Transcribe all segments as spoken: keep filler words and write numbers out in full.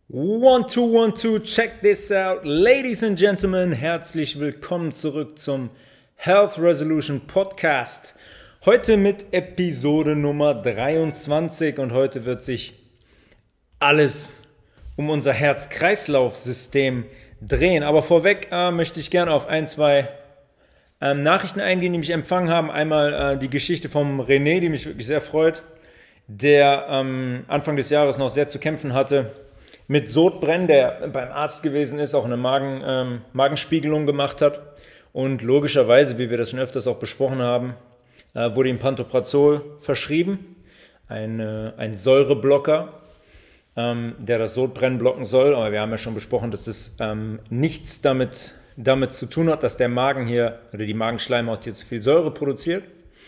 One, two, one, two, check this out. Ladies and Gentlemen, herzlich willkommen zurück zum Health Resolution Podcast. Heute mit Episode Nummer dreiundzwanzig und heute wird sich alles um unser Herz-Kreislauf-System drehen. Aber vorweg äh, möchte ich gerne auf ein, zwei ähm, Nachrichten eingehen, die mich empfangen haben. Einmal äh, die Geschichte vom René, die mich wirklich sehr freut, der ähm, Anfang des Jahres noch sehr zu kämpfen hatte mit Sodbrennen, der beim Arzt gewesen ist, auch eine Magen, ähm, Magenspiegelung gemacht hat. Und logischerweise, wie wir das schon öfters auch besprochen haben, äh, wurde ihm Pantoprazol verschrieben, ein, äh, ein Säureblocker, ähm, der das Sodbrennen blocken soll. Aber wir haben ja schon besprochen, dass es ähm, nichts damit, damit zu tun hat, dass der Magen hier oder die Magenschleimhaut hier zu viel Säure produziert.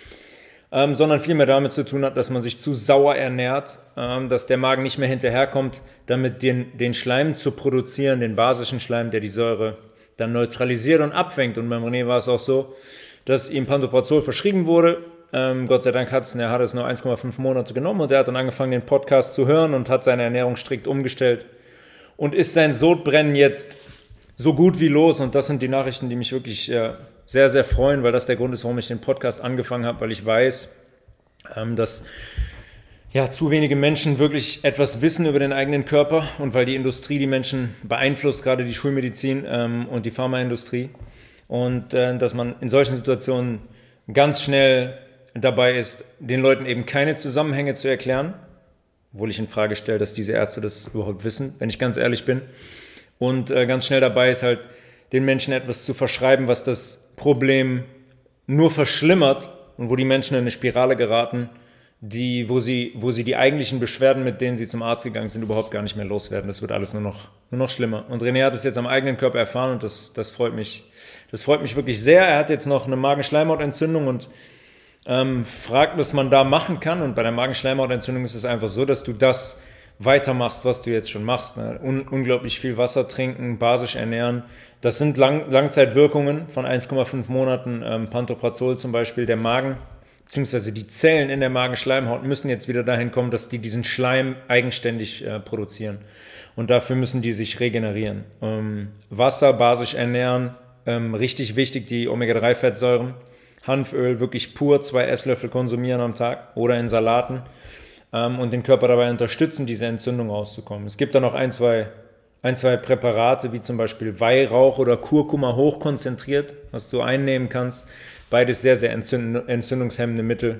Ähm, sondern vielmehr damit zu tun hat, dass man sich zu sauer ernährt, ähm, dass der Magen nicht mehr hinterherkommt, damit den, den Schleim zu produzieren, den basischen Schleim, der die Säure dann neutralisiert und abfängt. Und beim René war es auch so, dass ihm Pantoprazol verschrieben wurde. Ähm, Gott sei Dank hat es, er hat es nur eins Komma fünf Monate genommen und er hat dann angefangen, den Podcast zu hören und hat seine Ernährung strikt umgestellt und ist sein Sodbrennen jetzt so gut wie los. Und das sind die Nachrichten, die mich wirklich äh, sehr, sehr freuen, weil das der Grund ist, warum ich den Podcast angefangen habe, weil ich weiß, ähm, dass ja, zu wenige Menschen wirklich etwas wissen über den eigenen Körper und weil die Industrie die Menschen beeinflusst, gerade die Schulmedizin ähm, und die Pharmaindustrie. Und äh, dass man in solchen Situationen ganz schnell dabei ist, den Leuten eben keine Zusammenhänge zu erklären, obwohl ich in Frage stelle, dass diese Ärzte das überhaupt wissen, wenn ich ganz ehrlich bin. Und äh, ganz schnell dabei ist halt, den Menschen etwas zu verschreiben, was das Problem nur verschlimmert und wo die Menschen in eine Spirale geraten, die, wo sie, wo sie die eigentlichen Beschwerden, mit denen sie zum Arzt gegangen sind, überhaupt gar nicht mehr loswerden. Das wird alles nur noch, nur noch schlimmer. Und René hat es jetzt am eigenen Körper erfahren und das, das freut mich, das freut mich wirklich sehr. Er hat jetzt noch eine Magenschleimhautentzündung und ähm, fragt, was man da machen kann. Und bei der Magenschleimhautentzündung ist es einfach so, dass du das weitermachst, was du jetzt schon machst. Ne? Un- unglaublich viel Wasser trinken, basisch ernähren. Das sind Lang- Langzeitwirkungen von eins Komma fünf Monaten. Ähm, Pantoprazol zum Beispiel, der Magen, beziehungsweise die Zellen in der Magenschleimhaut müssen jetzt wieder dahin kommen, dass die diesen Schleim eigenständig äh, produzieren. Und dafür müssen die sich regenerieren. Ähm, Wasser, basisch ernähren, ähm, richtig wichtig, die Omega drei Fettsäuren. Hanföl, wirklich pur, zwei Esslöffel konsumieren am Tag oder in Salaten. Und den Körper dabei unterstützen, diese Entzündung rauszukommen. Es gibt da noch ein, zwei, ein, zwei Präparate, wie zum Beispiel Weihrauch oder Kurkuma hochkonzentriert, was du einnehmen kannst. Beides sehr, sehr entzünd- entzündungshemmende Mittel,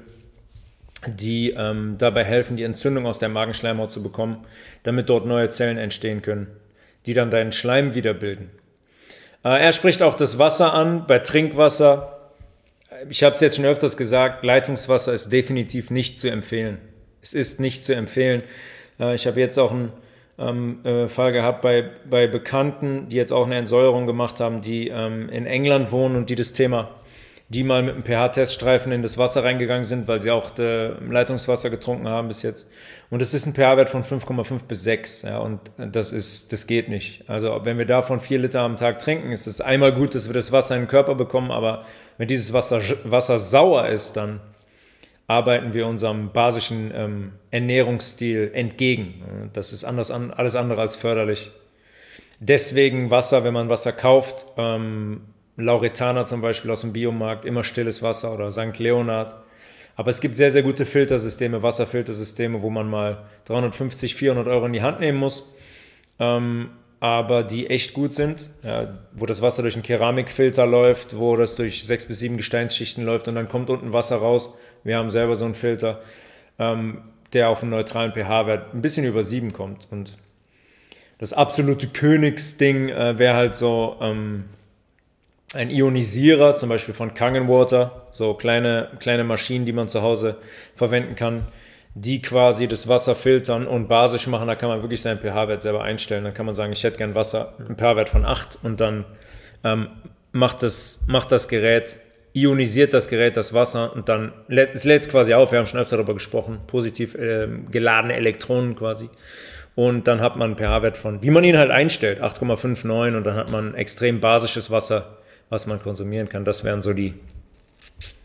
die ähm, dabei helfen, die Entzündung aus der Magenschleimhaut zu bekommen, damit dort neue Zellen entstehen können, die dann deinen Schleim wiederbilden. Äh, er spricht auch das Wasser an, bei Trinkwasser. Ich habe es jetzt schon öfters gesagt, Leitungswasser ist definitiv nicht zu empfehlen. Es ist nicht zu empfehlen. Ich habe jetzt auch einen ähm, äh, Fall gehabt bei, bei Bekannten, die jetzt auch eine Entsäuerung gemacht haben, die ähm, in England wohnen und die das Thema, die mal mit einem pH-Teststreifen in das Wasser reingegangen sind, weil sie auch äh, Leitungswasser getrunken haben bis jetzt. Und das ist ein pH-Wert von fünf Komma fünf bis sechs. Ja, und das ist, das geht nicht. Also wenn wir davon vier Liter am Tag trinken, ist es einmal gut, dass wir das Wasser in den Körper bekommen, aber wenn dieses Wasser, Wasser sauer ist, dann arbeiten wir unserem basischen ähm, Ernährungsstil entgegen. Das ist anders an, alles andere als förderlich. Deswegen Wasser, wenn man Wasser kauft, ähm, Lauretana zum Beispiel aus dem Biomarkt, immer stilles Wasser oder Sankt Leonhard. Aber es gibt sehr, sehr gute Filtersysteme, Wasserfiltersysteme, wo man mal dreihundertfünfzig, vierhundert Euro in die Hand nehmen muss, ähm, aber die echt gut sind, ja, wo das Wasser durch einen Keramikfilter läuft, wo das durch sechs bis sieben Gesteinsschichten läuft und dann kommt unten Wasser raus. Wir haben selber so einen Filter, ähm, der auf einen neutralen pH-Wert ein bisschen über sieben kommt. Und das absolute Königsding äh, wäre halt so ähm, ein Ionisierer, zum Beispiel von Kangen Water, so kleine, kleine Maschinen, die man zu Hause verwenden kann, die quasi das Wasser filtern und basisch machen. Da kann man wirklich seinen pH-Wert selber einstellen. Dann kann man sagen, ich hätte gern Wasser, einen pH-Wert von acht und dann ähm, macht, das, macht das Gerät ionisiert das Gerät das Wasser und dann lädt es lädt es quasi auf, wir haben schon öfter darüber gesprochen, positiv äh, geladene Elektronen quasi. Und dann hat man einen pH-Wert von, wie man ihn halt einstellt, acht Komma fünf neun und dann hat man extrem basisches Wasser, was man konsumieren kann. Das wären so die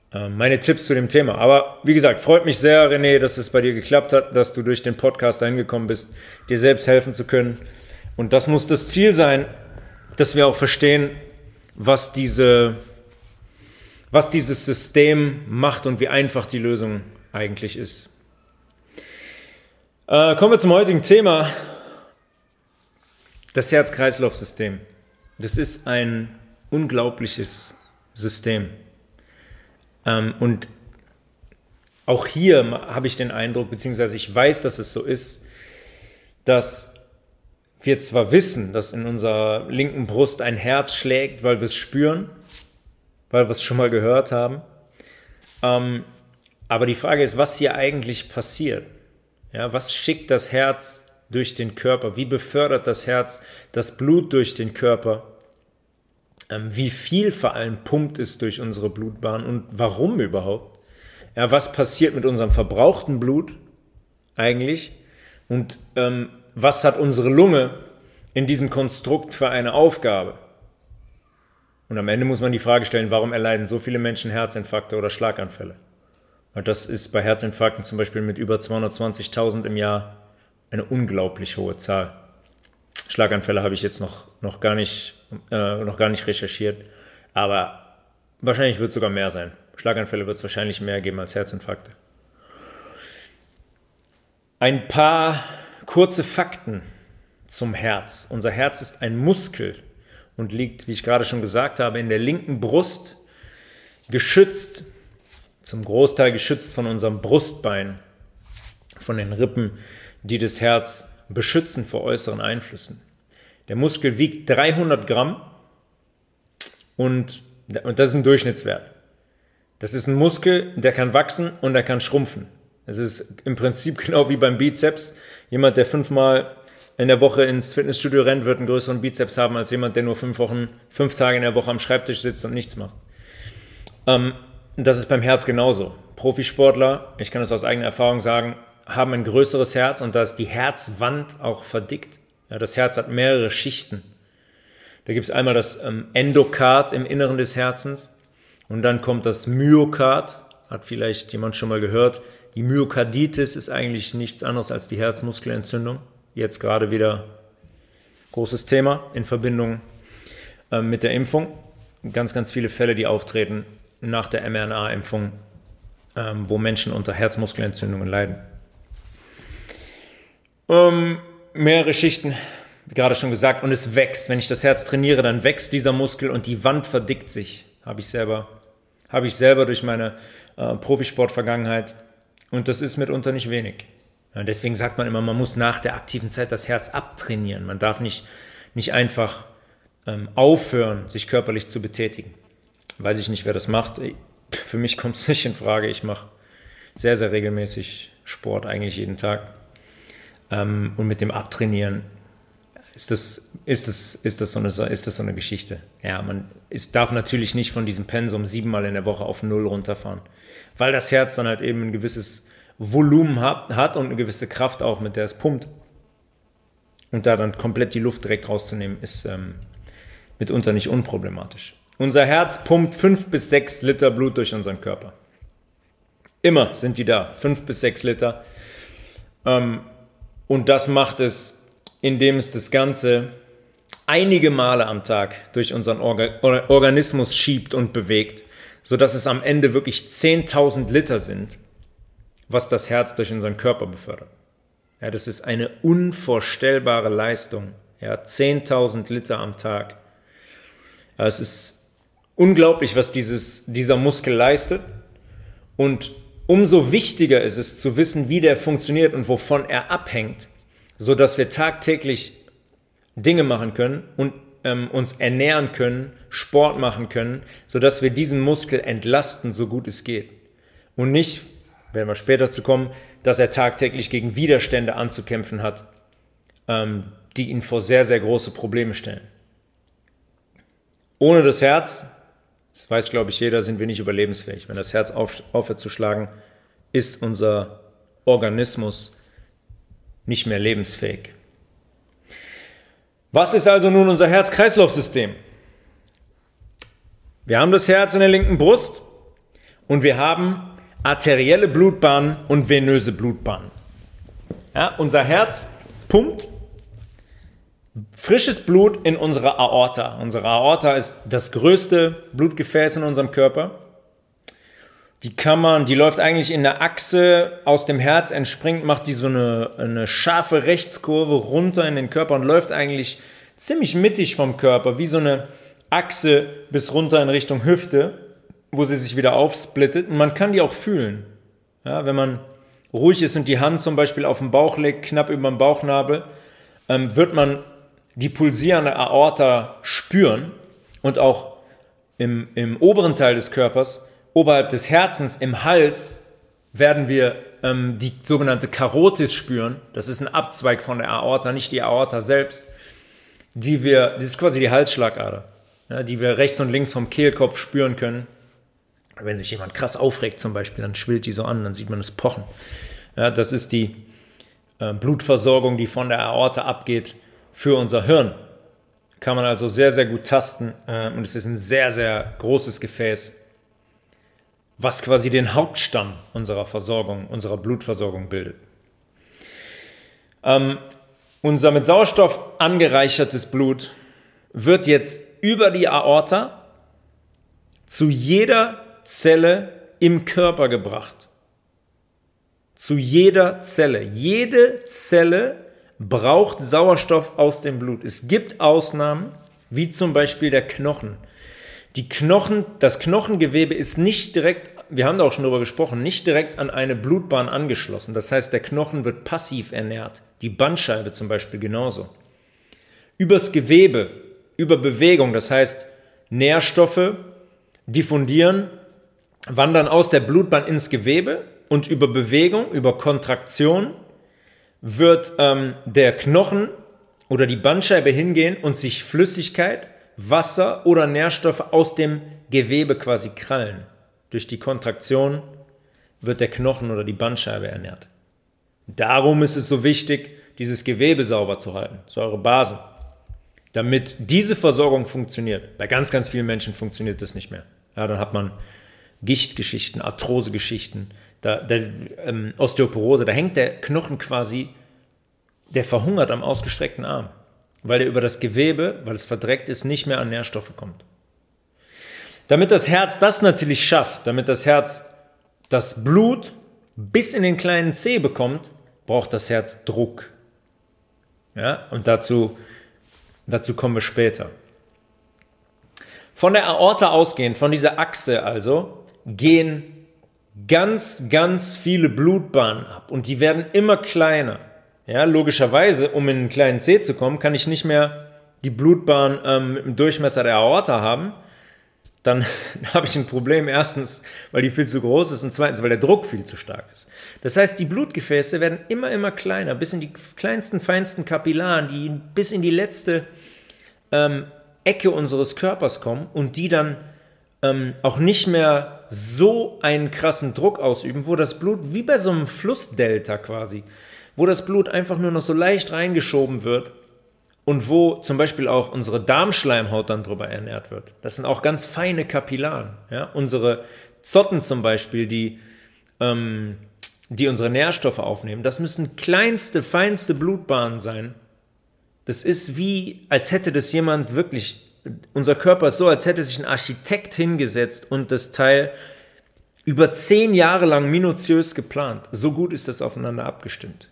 äh, meine Tipps zu dem Thema. Aber wie gesagt, freut mich sehr, René, dass es bei dir geklappt hat, dass du durch den Podcast dahin gekommen bist, dir selbst helfen zu können. Und das muss das Ziel sein, dass wir auch verstehen, was diese, was dieses System macht und wie einfach die Lösung eigentlich ist. Äh, kommen wir zum heutigen Thema. Das Herz-Kreislauf-System. Das ist ein unglaubliches System. Ähm, und auch hier habe ich den Eindruck, beziehungsweise ich weiß, dass es so ist, dass wir zwar wissen, dass in unserer linken Brust ein Herz schlägt, weil wir es spüren, weil wir es schon mal gehört haben. Ähm, aber die Frage ist, was hier eigentlich passiert. Ja, was schickt das Herz durch den Körper? Wie befördert das Herz das Blut durch den Körper? Ähm, wie viel vor allem pumpt es durch unsere Blutbahn und warum überhaupt? Ja, was passiert mit unserem verbrauchten Blut eigentlich? Und ähm, was hat unsere Lunge in diesem Konstrukt für eine Aufgabe? Und am Ende muss man die Frage stellen, warum erleiden so viele Menschen Herzinfarkte oder Schlaganfälle? Weil das ist bei Herzinfarkten zum Beispiel mit über zweihundertzwanzigtausend im Jahr eine unglaublich hohe Zahl. Schlaganfälle habe ich jetzt noch, noch, gar nicht, äh, noch gar nicht recherchiert, aber wahrscheinlich wird es sogar mehr sein. Schlaganfälle wird es wahrscheinlich mehr geben als Herzinfarkte. Ein paar kurze Fakten zum Herz. Unser Herz ist ein Muskel und liegt, wie ich gerade schon gesagt habe, in der linken Brust, geschützt, zum Großteil geschützt von unserem Brustbein, von den Rippen, die das Herz beschützen vor äußeren Einflüssen. Der Muskel wiegt dreihundert Gramm und, und das ist ein Durchschnittswert. Das ist ein Muskel, der kann wachsen und der kann schrumpfen. Das ist im Prinzip genau wie beim Bizeps. Jemand, der fünfmal in der Woche ins Fitnessstudio rennt, wird einen größeren Bizeps haben als jemand, der nur fünf Wochen, fünf Tage in der Woche am Schreibtisch sitzt und nichts macht. Ähm, das ist beim Herz genauso. Profisportler, ich kann das aus eigener Erfahrung sagen, haben ein größeres Herz und da ist die Herzwand auch verdickt. Ja, das Herz hat mehrere Schichten. Da gibt es einmal das ähm, Endokard im Inneren des Herzens und dann kommt das Myokard, hat vielleicht jemand schon mal gehört. Die Myokarditis ist eigentlich nichts anderes als die Herzmuskelentzündung. Jetzt gerade wieder großes Thema in Verbindung äh, mit der Impfung. Ganz, ganz viele Fälle, die auftreten nach der M R N A-Impfung, ähm, wo Menschen unter Herzmuskelentzündungen leiden. Ähm, mehrere Schichten, wie gerade schon gesagt, und es wächst. Wenn ich das Herz trainiere, dann wächst dieser Muskel und die Wand verdickt sich. Habe ich selber, habe ich selber durch meine äh, Profisport-Vergangenheit. Und das ist mitunter nicht wenig. Ja, deswegen sagt man immer, man muss nach der aktiven Zeit das Herz abtrainieren. Man darf nicht, nicht einfach ähm, aufhören, sich körperlich zu betätigen. Weiß ich nicht, wer das macht. Für mich kommt es nicht in Frage. Ich mache sehr, sehr regelmäßig Sport, eigentlich jeden Tag. Ähm, und mit dem Abtrainieren ist das, ist das, ist das, so, eine, ist das so eine Geschichte. Ja, man ist, darf natürlich nicht von diesem Pensum siebenmal in der Woche auf Null runterfahren, weil das Herz dann halt eben ein gewisses Volumen hat, hat und eine gewisse Kraft auch, mit der es pumpt. Und da dann komplett die Luft direkt rauszunehmen, ist ähm, mitunter nicht unproblematisch. Unser Herz pumpt fünf bis sechs Liter Blut durch unseren Körper. Immer sind die da, fünf bis sechs Liter. Ähm, und das macht es, indem es das Ganze einige Male am Tag durch unseren Orga- Organismus schiebt und bewegt, sodass es am Ende wirklich zehntausend Liter sind, was das Herz durch unseren Körper befördert. Ja, das ist eine unvorstellbare Leistung. Ja, zehntausend Liter am Tag. Ja, es ist unglaublich, was dieses, dieser Muskel leistet. Und umso wichtiger ist es zu wissen, wie der funktioniert und wovon er abhängt, sodass wir tagtäglich Dinge machen können und ähm, uns ernähren können, Sport machen können, sodass wir diesen Muskel entlasten, so gut es geht. Und nicht, werden wir später zu kommen, dass er tagtäglich gegen Widerstände anzukämpfen hat, ähm, die ihn vor sehr, sehr große Probleme stellen. Ohne das Herz, das weiß, glaube ich, jeder, sind wir nicht überlebensfähig. Wenn das Herz auf, aufhört zu schlagen, ist unser Organismus nicht mehr lebensfähig. Was ist also nun unser Herz-Kreislauf-System? Wir haben das Herz in der linken Brust und wir haben arterielle Blutbahnen und venöse Blutbahnen. Ja, unser Herz pumpt frisches Blut in unsere Aorta. Unsere Aorta ist das größte Blutgefäß in unserem Körper. Die kann man, die läuft eigentlich in der Achse aus dem Herz entspringt, macht die so eine, eine scharfe Rechtskurve runter in den Körper und läuft eigentlich ziemlich mittig vom Körper, wie so eine Achse bis runter in Richtung Hüfte, wo sie sich wieder aufsplittet. Und man kann die auch fühlen. Ja, wenn man ruhig ist und die Hand zum Beispiel auf den Bauch legt, knapp über dem Bauchnabel, ähm, wird man die pulsierende Aorta spüren und auch im, im oberen Teil des Körpers, oberhalb des Herzens, im Hals, werden wir ähm, die sogenannte Karotis spüren. Das ist ein Abzweig von der Aorta, nicht die Aorta selbst. Die wir, das ist quasi die Halsschlagader, ja, die wir rechts und links vom Kehlkopf spüren können. Wenn sich jemand krass aufregt zum Beispiel, dann schwillt die so an, dann sieht man das Pochen. Ja, das ist die äh, Blutversorgung, die von der Aorta abgeht für unser Hirn. Kann man also sehr, sehr gut tasten äh, und es ist ein sehr, sehr großes Gefäß, was quasi den Hauptstamm unserer Versorgung, unserer Blutversorgung bildet. Ähm, unser mit Sauerstoff angereichertes Blut wird jetzt über die Aorta zu jeder Zelle im Körper gebracht. Zu jeder Zelle. Jede Zelle braucht Sauerstoff aus dem Blut. Es gibt Ausnahmen, wie zum Beispiel der Knochen. Die Knochen, das Knochengewebe ist nicht direkt, wir haben da auch schon drüber gesprochen, nicht direkt an eine Blutbahn angeschlossen. Das heißt, der Knochen wird passiv ernährt. Die Bandscheibe zum Beispiel genauso. Übers Gewebe, über Bewegung, das heißt, Nährstoffe diffundieren, wandern aus der Blutbahn ins Gewebe und über Bewegung, über Kontraktion wird ähm, der Knochen oder die Bandscheibe hingehen und sich Flüssigkeit, Wasser oder Nährstoffe aus dem Gewebe quasi krallen. Durch die Kontraktion wird der Knochen oder die Bandscheibe ernährt. Darum ist es so wichtig, dieses Gewebe sauber zu halten, Säurebasen, damit diese Versorgung funktioniert. Bei ganz, ganz vielen Menschen funktioniert das nicht mehr. Ja, dann hat man Gichtgeschichten, Arthrosegeschichten, da, da, ähm, Osteoporose, da hängt der Knochen quasi, der verhungert am ausgestreckten Arm, weil er über das Gewebe, weil es verdreckt ist, nicht mehr an Nährstoffe kommt. Damit das Herz das natürlich schafft, damit das Herz das Blut bis in den kleinen Zeh bekommt, braucht das Herz Druck. Ja, und dazu, dazu kommen wir später. Von der Aorta ausgehend, von dieser Achse also, gehen ganz, ganz viele Blutbahnen ab und die werden immer kleiner. Ja, logischerweise, um in einen kleinen Zeh zu kommen, kann ich nicht mehr die Blutbahn ähm, im Durchmesser der Aorta haben. Dann habe ich ein Problem. Erstens, weil die viel zu groß ist und zweitens, weil der Druck viel zu stark ist. Das heißt, die Blutgefäße werden immer, immer kleiner, bis in die kleinsten, feinsten Kapillaren, die bis in die letzte ähm, Ecke unseres Körpers kommen und die dann ähm, auch nicht mehr so einen krassen Druck ausüben, wo das Blut, wie bei so einem Flussdelta quasi, wo das Blut einfach nur noch so leicht reingeschoben wird und wo zum Beispiel auch unsere Darmschleimhaut dann drüber ernährt wird. Das sind auch ganz feine Kapillaren. Ja? Unsere Zotten zum Beispiel, die, ähm, die unsere Nährstoffe aufnehmen, das müssen kleinste, feinste Blutbahnen sein. Das ist wie, als hätte das jemand wirklich, unser Körper ist so, als hätte sich ein Architekt hingesetzt und das Teil über zehn Jahre lang minutiös geplant. So gut ist das aufeinander abgestimmt.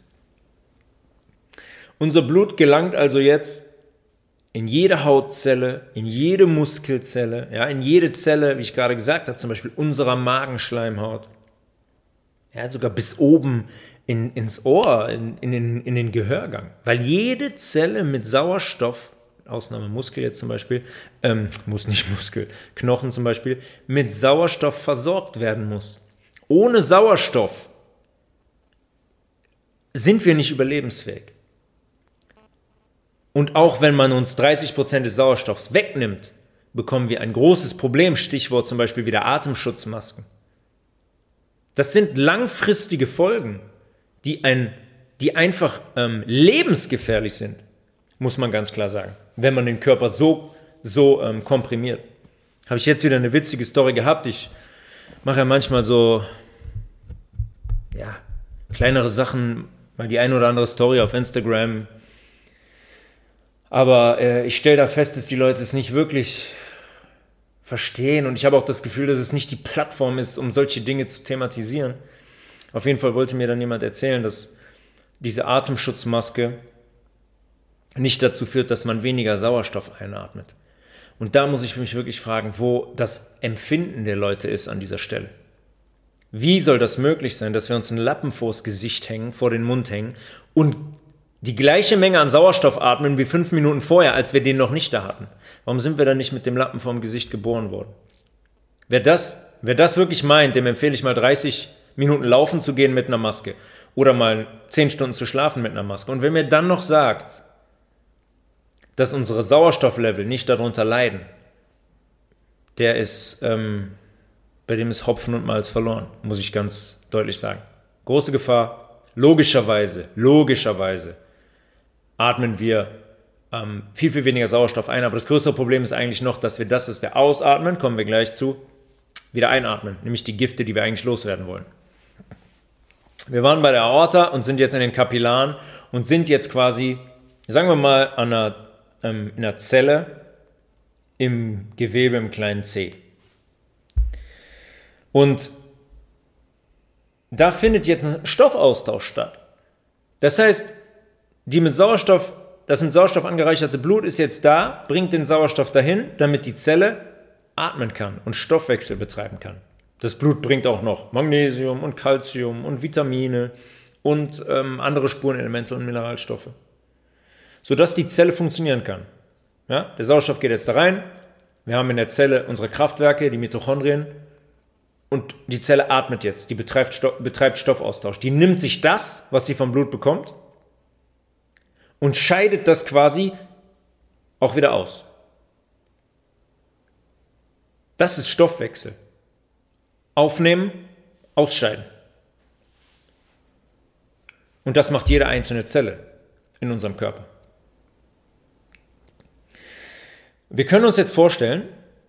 Unser Blut gelangt also jetzt in jede Hautzelle, in jede Muskelzelle, ja, in jede Zelle, wie ich gerade gesagt habe, zum Beispiel unserer Magenschleimhaut, ja, sogar bis oben in, ins Ohr, in, in, den, in den Gehörgang. Weil jede Zelle mit Sauerstoff, Ausnahme Muskel jetzt zum Beispiel, ähm, muss nicht Muskel, Knochen zum Beispiel, mit Sauerstoff versorgt werden muss. Ohne Sauerstoff sind wir nicht überlebensfähig. Und auch wenn man uns dreißig Prozent des Sauerstoffs wegnimmt, bekommen wir ein großes Problem, Stichwort zum Beispiel wieder Atemschutzmasken. Das sind langfristige Folgen, die, ein, die einfach ähm, lebensgefährlich sind, muss man ganz klar sagen, wenn man den Körper so, so ähm, komprimiert. Habe ich jetzt wieder eine witzige Story gehabt. Ich mache ja manchmal so, ja, kleinere Sachen, mal die ein oder andere Story auf Instagram. Aber äh, ich stelle da fest, dass die Leute es nicht wirklich verstehen. Und ich habe auch das Gefühl, dass es nicht die Plattform ist, um solche Dinge zu thematisieren. Auf jeden Fall wollte mir dann jemand erzählen, dass diese Atemschutzmaske nicht dazu führt, dass man weniger Sauerstoff einatmet. Und da muss ich mich wirklich fragen, wo das Empfinden der Leute ist an dieser Stelle. Wie soll das möglich sein, dass wir uns einen Lappen vors Gesicht hängen, vor den Mund hängen und die gleiche Menge an Sauerstoff atmen wie fünf Minuten vorher, als wir den noch nicht da hatten? Warum sind wir dann nicht mit dem Lappen vorm Gesicht geboren worden? Wer das, wer das wirklich meint, dem empfehle ich mal dreißig Minuten laufen zu gehen mit einer Maske oder mal zehn Stunden zu schlafen mit einer Maske. Und wenn mir dann noch sagt, dass unsere Sauerstofflevel nicht darunter leiden, der ist, ähm, bei dem ist Hopfen und Malz verloren, muss ich ganz deutlich sagen. Große Gefahr, logischerweise, logischerweise atmen wir ähm, viel, viel weniger Sauerstoff ein, aber das größere Problem ist eigentlich noch, dass wir das, was wir ausatmen, kommen wir gleich zu, wieder einatmen, nämlich die Gifte, die wir eigentlich loswerden wollen. Wir waren bei der Aorta und sind jetzt in den Kapillaren und sind jetzt quasi, sagen wir mal, an einer, ähm, in einer Zelle im Gewebe im kleinen C. Und da findet jetzt ein Stoffaustausch statt. Das heißt, die mit Sauerstoff, das mit Sauerstoff angereicherte Blut ist jetzt da, bringt den Sauerstoff dahin, damit die Zelle atmen kann und Stoffwechsel betreiben kann. Das Blut bringt auch noch Magnesium und Calcium und Vitamine und ähm, andere Spurenelemente und Mineralstoffe, sodass die Zelle funktionieren kann. Ja? Der Sauerstoff geht jetzt da rein, wir haben in der Zelle unsere Kraftwerke, die Mitochondrien, und die Zelle atmet jetzt, die betreibt, Sto- betreibt Stoffaustausch. Die nimmt sich das, was sie vom Blut bekommt, und scheidet das quasi auch wieder aus. Das ist Stoffwechsel. Aufnehmen, ausscheiden. Und das macht jede einzelne Zelle in unserem Körper. Wir können uns jetzt vorstellen,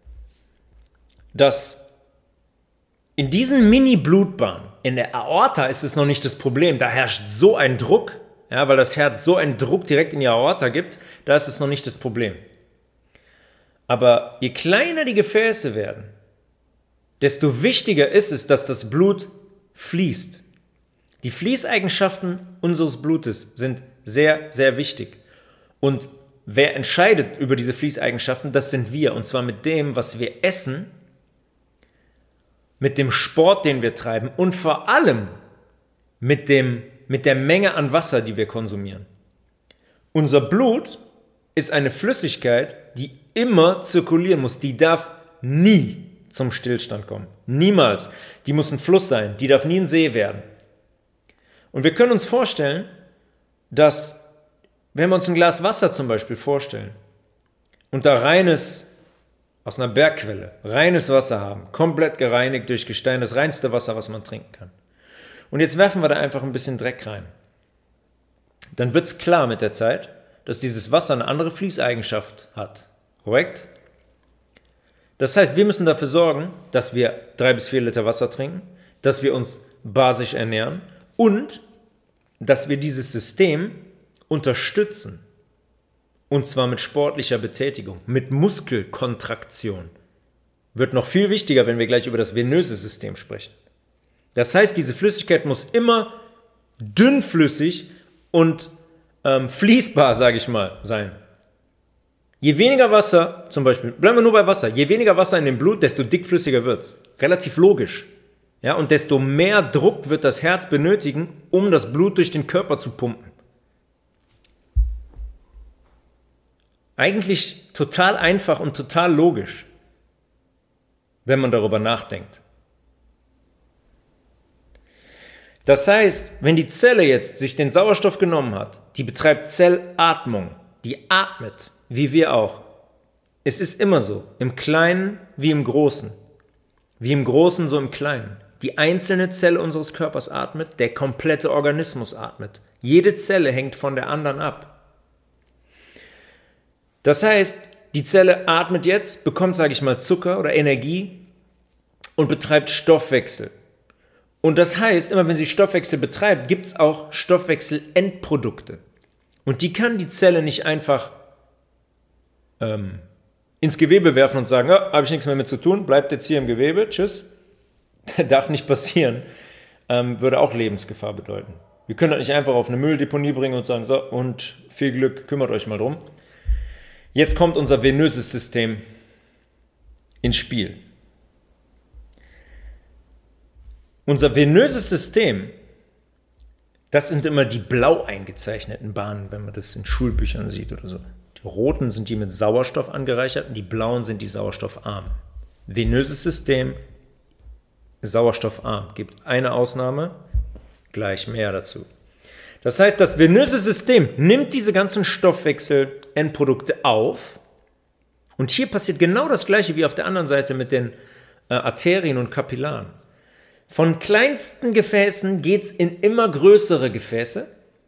dass in diesen Mini-Blutbahnen, in der Aorta ist es noch nicht das Problem, da herrscht so ein Druck, ja, weil das Herz so einen Druck direkt in die Aorta gibt, da ist es noch nicht das Problem. Aber je kleiner die Gefäße werden, desto wichtiger ist es, dass das Blut fließt. Die Fließeigenschaften unseres Blutes sind sehr, sehr wichtig. Und wer entscheidet über diese Fließeigenschaften, das sind wir. Und zwar mit dem, was wir essen, mit dem Sport, den wir treiben und vor allem mit, dem, mit der Menge an Wasser, die wir konsumieren. Unser Blut ist eine Flüssigkeit, die immer zirkulieren muss. Die darf nie zum Stillstand kommen. Niemals. Die muss ein Fluss sein. Die darf nie ein See werden. Und wir können uns vorstellen, dass, wenn wir uns ein Glas Wasser zum Beispiel vorstellen und da reines, aus einer Bergquelle, reines Wasser haben, komplett gereinigt durch Gestein, das reinste Wasser, was man trinken kann. Und jetzt werfen wir da einfach ein bisschen Dreck rein. Dann wird es klar mit der Zeit, dass dieses Wasser eine andere Fließeigenschaft hat. Korrekt? Das heißt, wir müssen dafür sorgen, dass wir drei bis vier Liter Wasser trinken, dass wir uns basisch ernähren und dass wir dieses System unterstützen. Und zwar mit sportlicher Betätigung, mit Muskelkontraktion. Wird noch viel wichtiger, wenn wir gleich über das venöse System sprechen. Das heißt, diese Flüssigkeit muss immer dünnflüssig und ähm, fließbar, sage ich mal, sein. Je weniger Wasser, zum Beispiel, bleiben wir nur bei Wasser, je weniger Wasser in dem Blut, desto dickflüssiger wird es. Relativ logisch. Ja, und desto mehr Druck wird das Herz benötigen, um das Blut durch den Körper zu pumpen. Eigentlich total einfach und total logisch, wenn man darüber nachdenkt. Das heißt, wenn die Zelle jetzt sich den Sauerstoff genommen hat, die betreibt Zellatmung, die atmet, wie wir auch. Es ist immer so, im Kleinen wie im Großen. Wie im Großen, so im Kleinen. Die einzelne Zelle unseres Körpers atmet, der komplette Organismus atmet. Jede Zelle hängt von der anderen ab. Das heißt, die Zelle atmet jetzt, bekommt, sage ich mal, Zucker oder Energie und betreibt Stoffwechsel. Und das heißt, immer wenn sie Stoffwechsel betreibt, gibt es auch Stoffwechselendprodukte. Und die kann die Zelle nicht einfach ähm, ins Gewebe werfen und sagen, ja, habe ich nichts mehr mit zu tun, bleibt jetzt hier im Gewebe, tschüss. Darf nicht passieren. Ähm, würde auch Lebensgefahr bedeuten. Wir können das nicht einfach auf eine Mülldeponie bringen und sagen, so, und viel Glück, kümmert euch mal drum. Jetzt kommt unser venöses System ins Spiel. Unser venöses System, das sind immer die blau eingezeichneten Bahnen, wenn man das in Schulbüchern sieht oder so. Die roten sind die mit Sauerstoff angereichert und die blauen sind die sauerstoffarmen. Venöses System, sauerstoffarm. Gibt eine Ausnahme, gleich mehr dazu. Das heißt, das venöse System nimmt diese ganzen Stoffwechselendprodukte auf und hier passiert genau das Gleiche wie auf der anderen Seite mit den äh, Arterien und Kapillaren. Von kleinsten Gefäßen geht es in immer größere Gefäße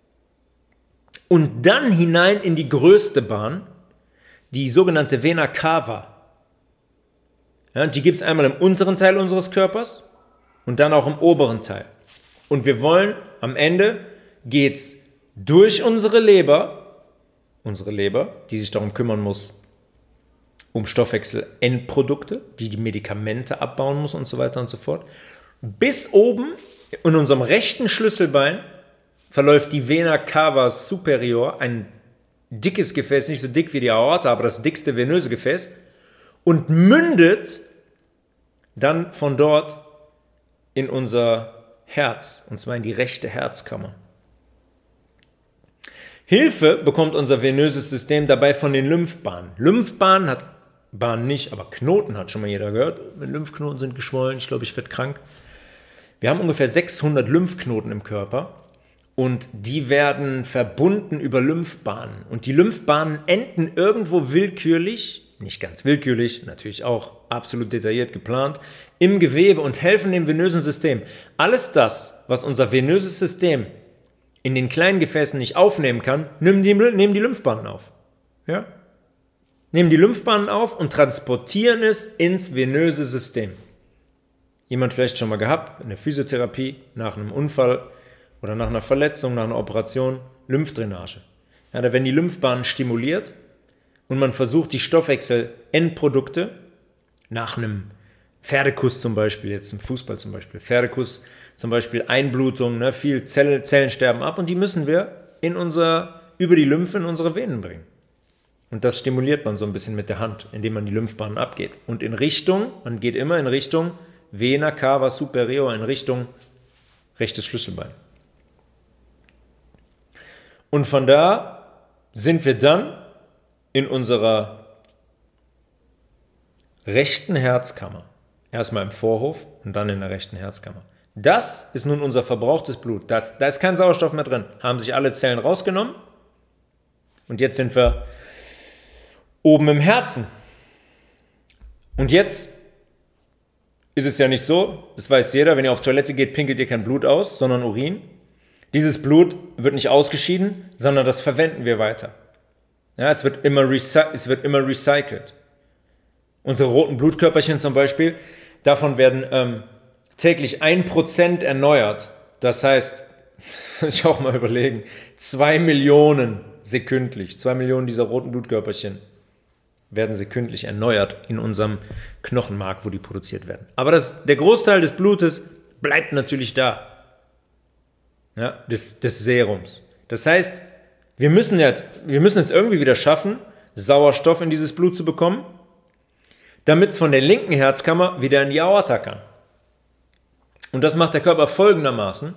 und dann hinein in die größte Bahn, die sogenannte Vena cava. Ja, die gibt es einmal im unteren Teil unseres Körpers und dann auch im oberen Teil. Und wir wollen, am Ende geht es durch unsere Leber, unsere Leber, die sich darum kümmern muss, um Stoffwechselendprodukte, die die Medikamente abbauen muss und so weiter und so fort. Bis oben in unserem rechten Schlüsselbein verläuft die Vena cava superior, ein dickes Gefäß, nicht so dick wie die Aorta, aber das dickste venöse Gefäß, und mündet dann von dort in unser Herz, und zwar in die rechte Herzkammer. Hilfe bekommt unser venöses System dabei von den Lymphbahnen. Lymphbahnen hat Bahn nicht, aber Knoten hat schon mal jeder gehört. Lymphknoten sind geschwollen, ich glaube, ich werde krank. Wir haben ungefähr sechshundert Lymphknoten im Körper und die werden verbunden über Lymphbahnen. Und die Lymphbahnen enden irgendwo willkürlich, nicht ganz willkürlich, natürlich auch absolut detailliert geplant, im Gewebe und helfen dem venösen System. Alles das, was unser venöses System in den kleinen Gefäßen nicht aufnehmen kann, nehmen die, nehmen die Lymphbahnen auf. Ja? Nehmen die Lymphbahnen auf und transportieren es ins venöse System. Jemand vielleicht schon mal gehabt, in der Physiotherapie, nach einem Unfall oder nach einer Verletzung, nach einer Operation, Lymphdrainage. Ja, da werden die Lymphbahnen stimuliert und man versucht, die Stoffwechselendprodukte nach einem Pferdekuss zum Beispiel, jetzt im Fußball zum Beispiel, Pferdekuss zum Beispiel, Einblutung, ne, viel Zelle, Zellen sterben ab und die müssen wir in unser, über die Lymphe in unsere Venen bringen. Und das stimuliert man so ein bisschen mit der Hand, indem man die Lymphbahnen abgeht. Und in Richtung, man geht immer in Richtung Vena cava superior, in Richtung rechtes Schlüsselbein. Und von da sind wir dann in unserer rechten Herzkammer. Erstmal im Vorhof und dann in der rechten Herzkammer. Das ist nun unser verbrauchtes Blut. Das, da ist kein Sauerstoff mehr drin. Haben sich alle Zellen rausgenommen. Und jetzt sind wir oben im Herzen. Und jetzt ist es ja nicht so, das weiß jeder, wenn ihr auf Toilette geht, pinkelt ihr kein Blut aus, sondern Urin. Dieses Blut wird nicht ausgeschieden, sondern das verwenden wir weiter. Ja, es wird immer, recy- es wird immer recycelt. Unsere roten Blutkörperchen zum Beispiel, davon werden ähm, täglich ein Prozent erneuert. Das heißt, muss ich auch mal überlegen, zwei Millionen sekündlich, zwei Millionen dieser roten Blutkörperchen werden sekündlich erneuert in unserem Knochenmark, wo die produziert werden. Aber das, der Großteil des Blutes bleibt natürlich da, ja, des, des Serums. Das heißt, wir müssen, jetzt, wir müssen es irgendwie wieder schaffen, Sauerstoff in dieses Blut zu bekommen, damit es von der linken Herzkammer wieder in die Aorta kann. Und das macht der Körper folgendermaßen.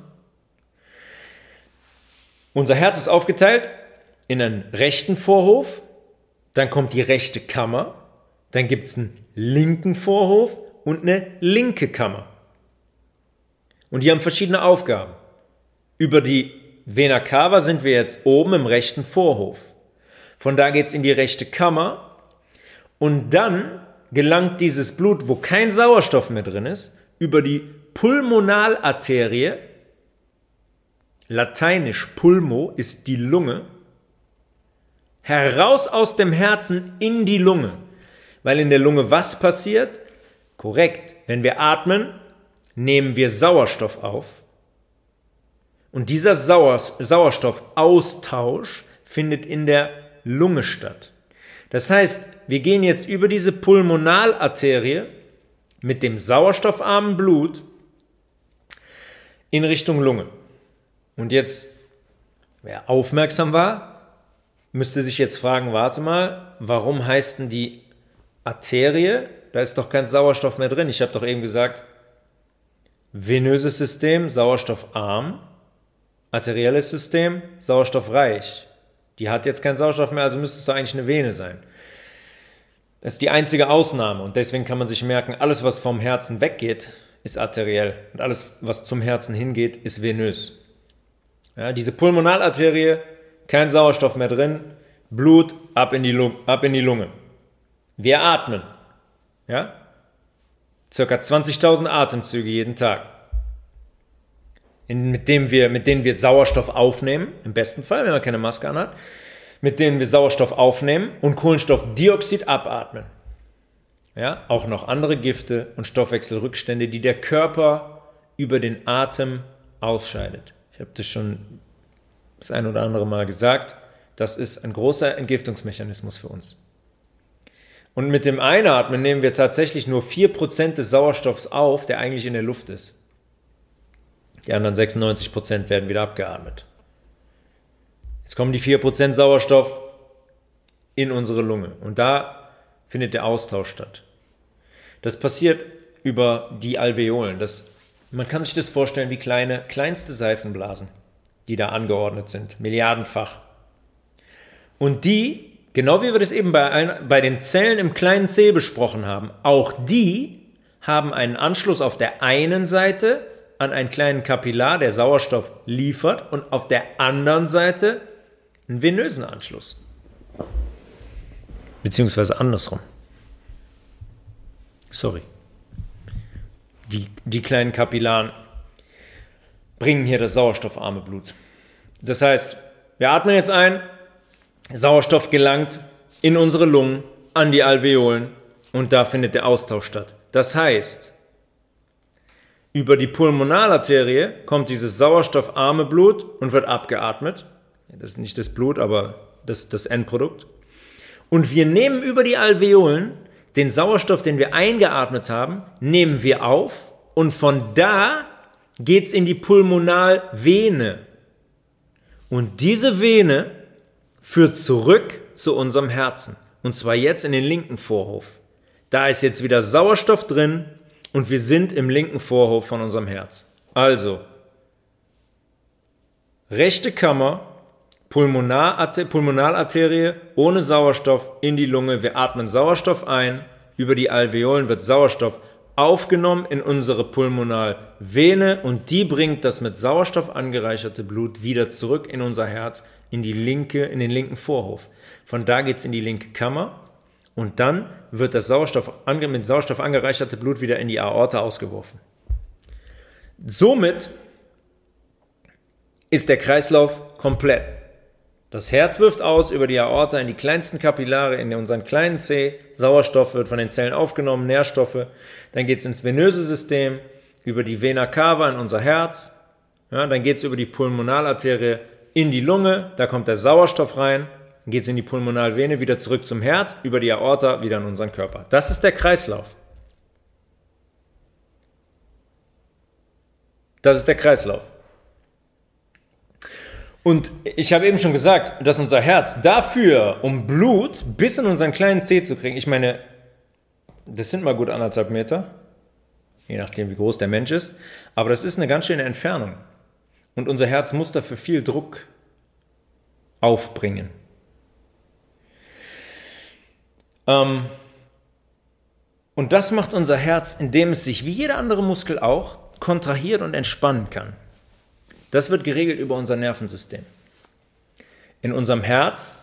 Unser Herz ist aufgeteilt in einen rechten Vorhof, dann kommt die rechte Kammer, dann gibt es einen linken Vorhof und eine linke Kammer. Und die haben verschiedene Aufgaben. Über die Vena cava sind wir jetzt oben im rechten Vorhof. Von da geht es in die rechte Kammer und dann gelangt dieses Blut, wo kein Sauerstoff mehr drin ist, über die Pulmonalarterie, lateinisch Pulmo ist die Lunge, heraus aus dem Herzen in die Lunge. Weil in der Lunge was passiert? Korrekt. Wenn wir atmen, nehmen wir Sauerstoff auf. Und dieser Sauer- Sauerstoffaustausch findet in der Lunge statt. Das heißt, wir gehen jetzt über diese Pulmonalarterie mit dem sauerstoffarmen Blut in Richtung Lunge. Und jetzt, wer aufmerksam war, müsste sich jetzt fragen, warte mal, warum heißt denn die Arterie? Da ist doch kein Sauerstoff mehr drin. Ich habe doch eben gesagt, venöses System, sauerstoffarm, arterielles System, sauerstoffreich. Die hat jetzt keinen Sauerstoff mehr, also müsste es doch eigentlich eine Vene sein. Das ist die einzige Ausnahme und deswegen kann man sich merken, alles, was vom Herzen weggeht, ist arteriell und alles, was zum Herzen hingeht, ist venös. Ja, diese Pulmonalarterie, kein Sauerstoff mehr drin, Blut ab in die Lunge. Ab in die Lunge. Wir atmen, ja, circa zwanzigtausend Atemzüge jeden Tag, in, mit, dem wir, mit denen wir Sauerstoff aufnehmen, im besten Fall, wenn man keine Maske anhat, mit denen wir Sauerstoff aufnehmen und Kohlenstoffdioxid abatmen. Ja, auch noch andere Gifte und Stoffwechselrückstände, die der Körper über den Atem ausscheidet. Ich habe das schon das ein oder andere Mal gesagt. Das ist ein großer Entgiftungsmechanismus für uns. Und mit dem Einatmen nehmen wir tatsächlich nur vier Prozent des Sauerstoffs auf, der eigentlich in der Luft ist. Die anderen sechsundneunzig Prozent werden wieder abgeatmet. Jetzt kommen die vier Prozent Sauerstoff in unsere Lunge und da findet der Austausch statt. Das passiert über die Alveolen. Das, man kann sich das vorstellen wie kleine, kleinste Seifenblasen, die da angeordnet sind, milliardenfach. Und die, genau wie wir das eben bei, ein, bei den Zellen im kleinen Zeh besprochen haben, auch die haben einen Anschluss auf der einen Seite an einen kleinen Kapillar, der Sauerstoff liefert, und auf der anderen Seite einen venösen Anschluss. Beziehungsweise andersrum. Sorry. Die, die kleinen Kapillaren bringen hier das sauerstoffarme Blut. Das heißt, wir atmen jetzt ein, Sauerstoff gelangt in unsere Lungen, an die Alveolen und da findet der Austausch statt. Das heißt, über die Pulmonalarterie kommt dieses sauerstoffarme Blut und wird abgeatmet. Das ist nicht das Blut, aber das, das Endprodukt. Und wir nehmen über die Alveolen den Sauerstoff, den wir eingeatmet haben, nehmen wir auf und von da geht es in die Pulmonalvene. Und diese Vene führt zurück zu unserem Herzen. Und zwar jetzt in den linken Vorhof. Da ist jetzt wieder Sauerstoff drin und wir sind im linken Vorhof von unserem Herz. Also, rechte Kammer, Pulmonararte- Pulmonalarterie ohne Sauerstoff in die Lunge. Wir atmen Sauerstoff ein. Über die Alveolen wird Sauerstoff aufgenommen in unsere Pulmonalvene und die bringt das mit Sauerstoff angereicherte Blut wieder zurück in unser Herz, in die linke, in den linken Vorhof. Von da geht es in die linke Kammer und dann wird das Sauerstoff, mit Sauerstoff angereicherte Blut wieder in die Aorta ausgeworfen. Somit ist der Kreislauf komplett. Das Herz wirft aus über die Aorta in die kleinsten Kapillare in unseren kleinen Zeh. Sauerstoff wird von den Zellen aufgenommen, Nährstoffe. Dann geht es ins venöse System, über die Vena cava in unser Herz. Ja, dann geht es über die Pulmonalarterie in die Lunge. Da kommt der Sauerstoff rein. Dann geht es in die Pulmonalvene wieder zurück zum Herz, über die Aorta wieder in unseren Körper. Das ist der Kreislauf. Das ist der Kreislauf. Und ich habe eben schon gesagt, dass unser Herz dafür, um Blut bis in unseren kleinen Zeh zu kriegen, ich meine, das sind mal gut anderthalb Meter, je nachdem wie groß der Mensch ist, aber das ist eine ganz schöne Entfernung. Und unser Herz muss dafür viel Druck aufbringen. Ähm, und das macht unser Herz, indem es sich wie jeder andere Muskel auch kontrahiert und entspannen kann. Das wird geregelt über unser Nervensystem. In unserem Herz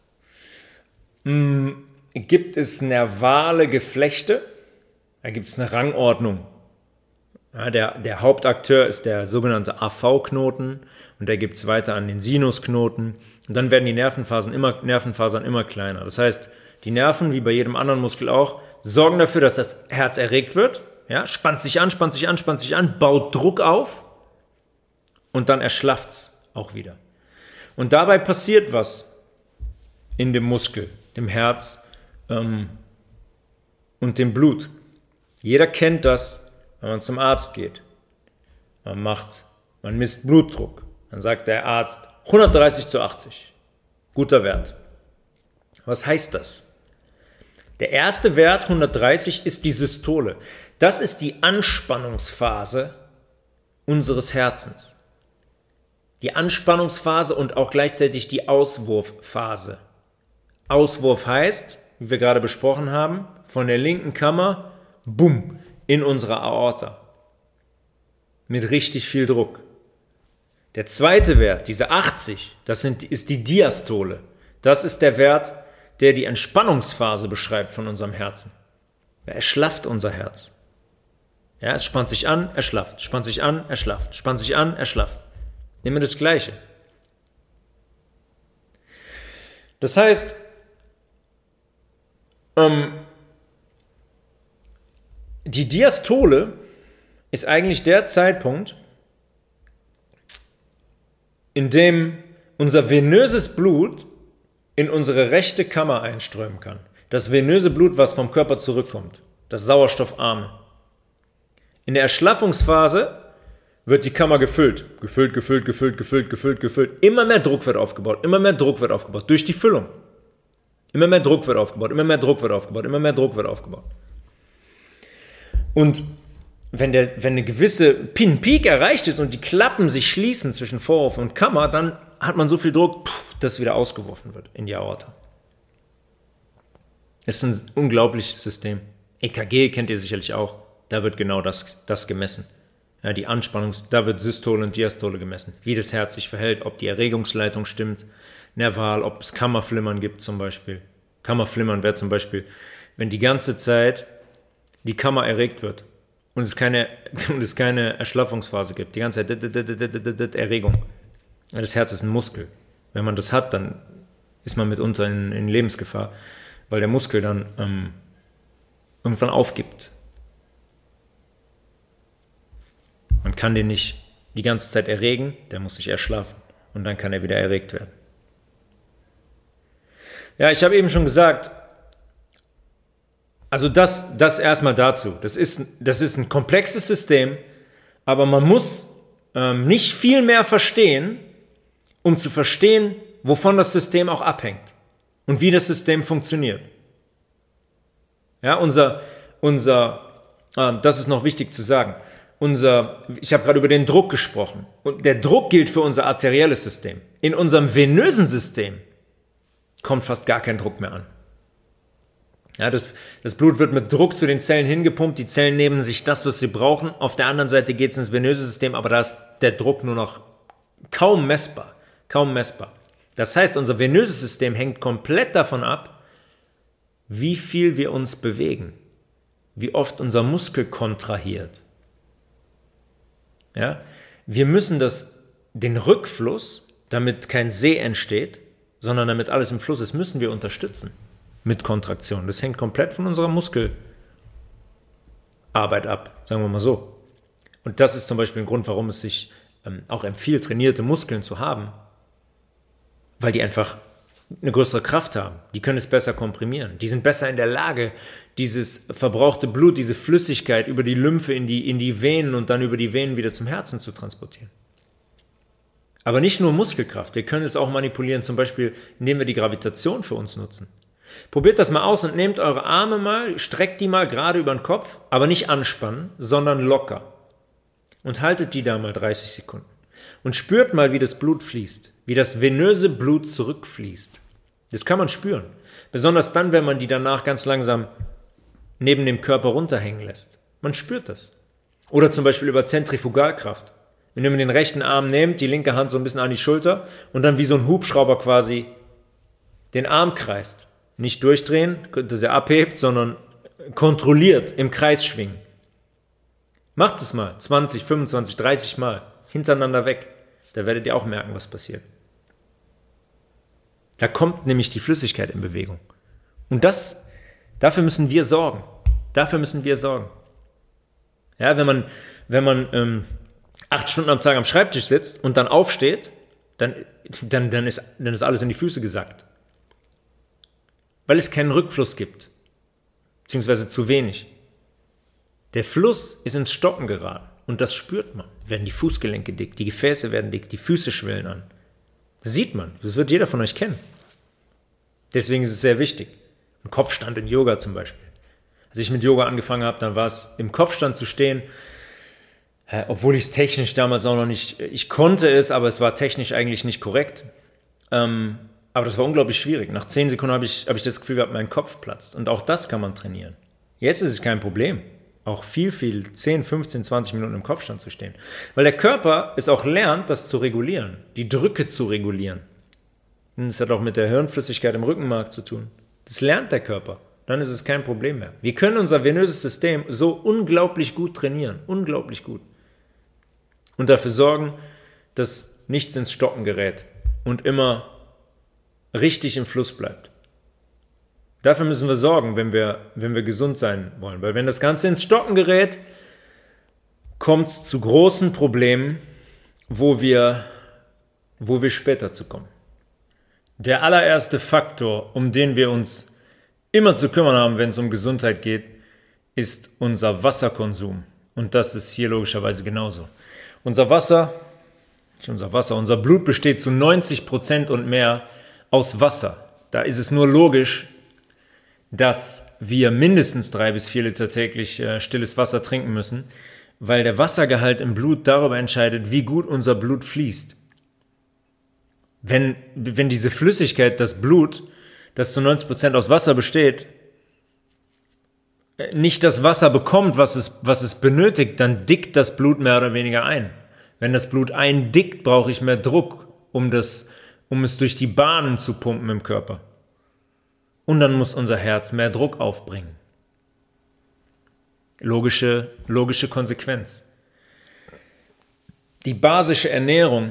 mh, gibt es nervale Geflechte, da gibt es eine Rangordnung. Ja, der, der Hauptakteur ist der sogenannte A V-Knoten und der gibt es weiter an den Sinusknoten. Und dann werden die Nervenfasern immer, Nervenfasern immer kleiner. Das heißt, die Nerven, wie bei jedem anderen Muskel auch, sorgen dafür, dass das Herz erregt wird. Ja, spannt sich an, spannt sich an, spannt sich an, baut Druck auf und dann erschlafft es auch wieder. Und dabei passiert was in dem Muskel, dem Herz ähm, und dem Blut. Jeder kennt das, wenn man zum Arzt geht. Man macht, man misst Blutdruck. Dann sagt der Arzt hundertdreißig zu achtzig. Guter Wert. Was heißt das? Der erste Wert, hundertdreißig, ist die Systole. Das ist die Anspannungsphase unseres Herzens. Die Anspannungsphase und auch gleichzeitig die Auswurfphase. Auswurf heißt, wie wir gerade besprochen haben, von der linken Kammer, bumm, in unsere Aorta. Mit richtig viel Druck. Der zweite Wert, diese achtzig, das sind, ist die Diastole. Das ist der Wert, der die Entspannungsphase beschreibt von unserem Herzen. Er erschlafft unser Herz. Ja, es spannt sich an, erschlafft, spannt sich an, erschlafft, spannt sich an, erschlafft. Immer das Gleiche. Das heißt, ähm, die Diastole ist eigentlich der Zeitpunkt, in dem unser venöses Blut in unsere rechte Kammer einströmen kann. Das venöse Blut, was vom Körper zurückkommt. Das sauerstoffarme. In der Erschlaffungsphase wird die Kammer gefüllt. Gefüllt, gefüllt, gefüllt, gefüllt, gefüllt, gefüllt. Immer mehr Druck wird aufgebaut. Immer mehr Druck wird aufgebaut. Durch die Füllung. Immer mehr Druck wird aufgebaut. Immer mehr Druck wird aufgebaut. Immer mehr Druck wird aufgebaut. Und wenn, der, wenn eine gewisse Pin Peak erreicht ist und die Klappen sich schließen zwischen Vorhof und Kammer, dann hat man so viel Druck, dass wieder ausgeworfen wird in die Aorta. Das ist ein unglaubliches System. E K G kennt ihr sicherlich auch. Da wird genau das, das gemessen. Ja, die Anspannung, da wird Systole und Diastole gemessen. Wie das Herz sich verhält, ob die Erregungsleitung stimmt, nerval, ob es Kammerflimmern gibt zum Beispiel. Kammerflimmern wäre zum Beispiel, wenn die ganze Zeit die Kammer erregt wird und es keine, und es keine Erschlaffungsphase gibt. Die ganze Zeit Erregung. Das Herz ist ein Muskel. Wenn man das hat, dann ist man mitunter in, in Lebensgefahr, weil der Muskel dann ähm, irgendwann aufgibt. Man kann den nicht die ganze Zeit erregen, der muss sich erschlafen und dann kann er wieder erregt werden. Ja, ich habe eben schon gesagt, also das, das erstmal dazu. Das ist, das ist ein komplexes System, aber man muss ähm, nicht viel mehr verstehen, um zu verstehen, wovon das System auch abhängt und wie das System funktioniert. Ja, unser, unser äh, das ist noch wichtig zu sagen, unser, ich habe gerade über den Druck gesprochen und der Druck gilt für unser arterielles System. In unserem venösen System kommt fast gar kein Druck mehr an. Ja, das, das Blut wird mit Druck zu den Zellen hingepumpt, die Zellen nehmen sich das, was sie brauchen. Auf der anderen Seite geht es ins venöse System, aber da ist der Druck nur noch kaum messbar. Kaum messbar. Das heißt, unser venöses System hängt komplett davon ab, wie viel wir uns bewegen, wie oft unser Muskel kontrahiert. Ja? Wir müssen das, den Rückfluss, damit kein See entsteht, sondern damit alles im Fluss ist, müssen wir unterstützen mit Kontraktion. Das hängt komplett von unserer Muskelarbeit ab, sagen wir mal so. Und das ist zum Beispiel ein Grund, warum es sich ähm, auch empfiehlt, trainierte Muskeln zu haben, weil die einfach eine größere Kraft haben. Die können es besser komprimieren. Die sind besser in der Lage, dieses verbrauchte Blut, diese Flüssigkeit über die Lymphe in die, in die Venen und dann über die Venen wieder zum Herzen zu transportieren. Aber nicht nur Muskelkraft. Wir können es auch manipulieren, zum Beispiel, indem wir die Gravitation für uns nutzen. Probiert das mal aus und nehmt eure Arme mal, streckt die mal gerade über den Kopf, aber nicht anspannen, sondern locker. Und haltet die da mal dreißig Sekunden. Und spürt mal, wie das Blut fließt, wie das venöse Blut zurückfließt. Das kann man spüren. Besonders dann, wenn man die danach ganz langsam neben dem Körper runterhängen lässt. Man spürt das. Oder zum Beispiel über Zentrifugalkraft. Wenn ihr den rechten Arm nehmt, die linke Hand so ein bisschen an die Schulter und dann wie so ein Hubschrauber quasi den Arm kreist. Nicht durchdrehen, dass er abhebt, sondern kontrolliert im Kreis schwingen. Macht es mal, zwanzig, fünfundzwanzig, dreißig Mal, hintereinander weg. Da werdet ihr auch merken, was passiert. Da kommt nämlich die Flüssigkeit in Bewegung. Und das, dafür müssen wir sorgen. Dafür müssen wir sorgen. Ja, wenn man, wenn man ähm, acht Stunden am Tag am Schreibtisch sitzt und dann aufsteht, dann, dann, dann, ist, dann ist alles in die Füße gesackt. Weil es keinen Rückfluss gibt. Beziehungsweise zu wenig. Der Fluss ist ins Stocken geraten. Und das spürt man. Werden die Fußgelenke dick, die Gefäße werden dick, die Füße schwillen an. Das sieht man. Das wird jeder von euch kennen. Deswegen ist es sehr wichtig. Ein Kopfstand in Yoga zum Beispiel. Als ich mit Yoga angefangen habe, dann war es im Kopfstand zu stehen, obwohl ich es technisch damals auch noch nicht, ich konnte es, aber es war technisch eigentlich nicht korrekt. Ähm, aber das war unglaublich schwierig. Nach zehn Sekunden habe ich, habe ich das Gefühl gehabt, mein Kopf platzt. Und auch das kann man trainieren. Jetzt ist es kein Problem, auch viel, viel, zehn, fünfzehn, zwanzig Minuten im Kopfstand zu stehen. Weil der Körper es auch lernt, das zu regulieren, die Drücke zu regulieren. Und das hat auch mit der Hirnflüssigkeit im Rückenmark zu tun. Das lernt der Körper. Dann ist es kein Problem mehr. Wir können unser venöses System so unglaublich gut trainieren. Unglaublich gut. Und dafür sorgen, dass nichts ins Stocken gerät und immer richtig im Fluss bleibt. Dafür müssen wir sorgen, wenn wir, wenn wir gesund sein wollen. Weil wenn das Ganze ins Stocken gerät, kommt es zu großen Problemen, wo wir, wo wir später zu kommen. Der allererste Faktor, um den wir uns immer zu kümmern haben, wenn es um Gesundheit geht, ist unser Wasserkonsum. Und das ist hier logischerweise genauso. Unser Wasser, nicht unser Wasser, unser Blut besteht zu neunzig Prozent und mehr aus Wasser. Da ist es nur logisch, dass wir mindestens drei bis vier Liter täglich äh, stilles Wasser trinken müssen, weil der Wassergehalt im Blut darüber entscheidet, wie gut unser Blut fließt. Wenn, wenn diese Flüssigkeit, das Blut, das zu neunzig Prozent aus Wasser besteht, nicht das Wasser bekommt, was es, was es benötigt, dann dickt das Blut mehr oder weniger ein. Wenn das Blut eindickt, brauche ich mehr Druck, um, das, um es durch die Bahnen zu pumpen im Körper. Und dann muss unser Herz mehr Druck aufbringen. Logische, logische Konsequenz. Die basische Ernährung,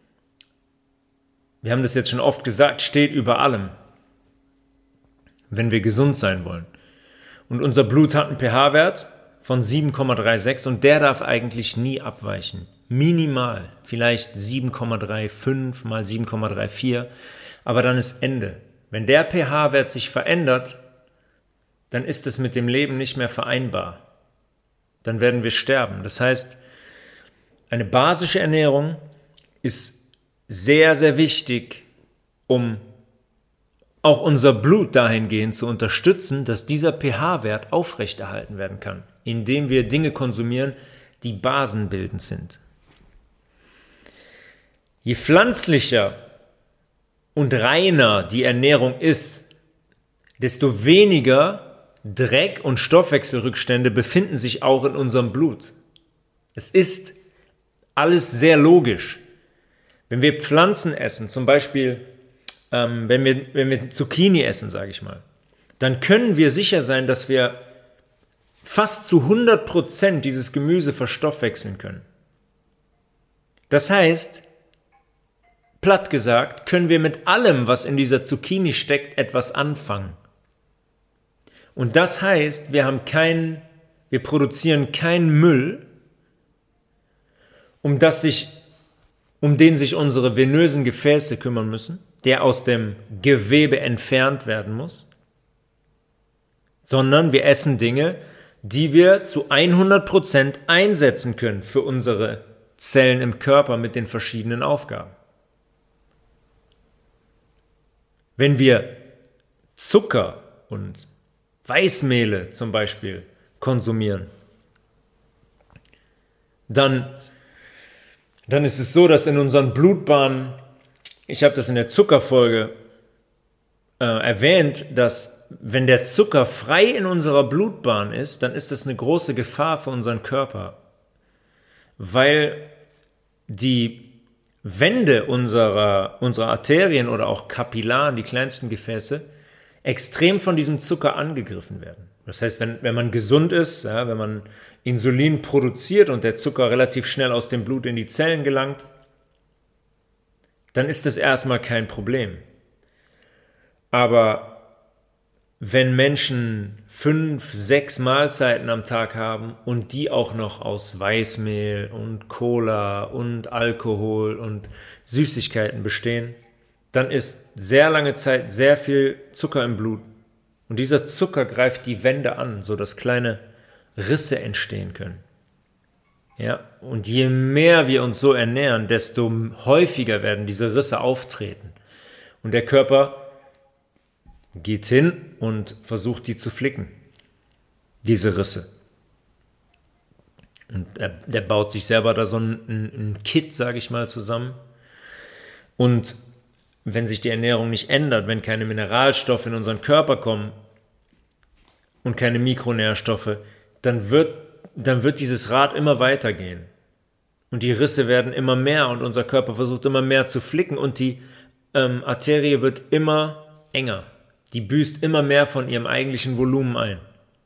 wir haben das jetzt schon oft gesagt, steht über allem, wenn wir gesund sein wollen. Und unser Blut hat einen pH-Wert von sieben Komma sechsunddreißig und der darf eigentlich nie abweichen. Minimal, vielleicht sieben Komma fünfunddreißig mal sieben Komma vierunddreißig, aber dann ist Ende. Wenn der pH-Wert sich verändert, dann ist es mit dem Leben nicht mehr vereinbar. Dann werden wir sterben. Das heißt, eine basische Ernährung ist sehr, sehr wichtig, um auch unser Blut dahingehend zu unterstützen, dass dieser pH-Wert aufrechterhalten werden kann, indem wir Dinge konsumieren, die basenbildend sind. Je pflanzlicher und reiner die Ernährung ist, desto weniger Dreck und Stoffwechselrückstände befinden sich auch in unserem Blut. Es ist alles sehr logisch. Wenn wir Pflanzen essen, zum Beispiel ähm, wenn wir, wenn wir Zucchini essen, sage ich mal, dann können wir sicher sein, dass wir fast zu hundert Prozent dieses Gemüse verstoffwechseln können. Das heißt, platt gesagt, können wir mit allem, was in dieser Zucchini steckt, etwas anfangen. Und das heißt, wir haben keinen, wir produzieren keinen Müll, um das sich, um den sich unsere venösen Gefäße kümmern müssen, der aus dem Gewebe entfernt werden muss, sondern wir essen Dinge, die wir zu hundert Prozent einsetzen können für unsere Zellen im Körper mit den verschiedenen Aufgaben. Wenn wir Zucker und Weißmehle zum Beispiel konsumieren, dann, dann ist es so, dass in unseren Blutbahnen, ich habe das in der Zuckerfolge äh, erwähnt, dass wenn der Zucker frei in unserer Blutbahn ist, dann ist das eine große Gefahr für unseren Körper, weil die Wände unserer, unserer Arterien oder auch Kapillaren, die kleinsten Gefäße, extrem von diesem Zucker angegriffen werden. Das heißt, wenn, wenn man gesund ist, ja, wenn man Insulin produziert und der Zucker relativ schnell aus dem Blut in die Zellen gelangt, dann ist das erstmal kein Problem. Aber wenn Menschen fünf, sechs Mahlzeiten am Tag haben und die auch noch aus Weißmehl und Cola und Alkohol und Süßigkeiten bestehen, dann ist sehr lange Zeit sehr viel Zucker im Blut. Und dieser Zucker greift die Wände an, sodass kleine Risse entstehen können. Ja, und je mehr wir uns so ernähren, desto häufiger werden diese Risse auftreten. Und der Körper geht hin und versucht, die zu flicken, diese Risse. Und er, der baut sich selber da so ein, ein Kit, sage ich mal, zusammen. Und wenn sich die Ernährung nicht ändert, wenn keine Mineralstoffe in unseren Körper kommen und keine Mikronährstoffe, dann wird, dann wird dieses Rad immer weitergehen. Und die Risse werden immer mehr und unser Körper versucht immer mehr zu flicken und die ähm, Arterie wird immer enger. Die büßt immer mehr von ihrem eigentlichen Volumen ein.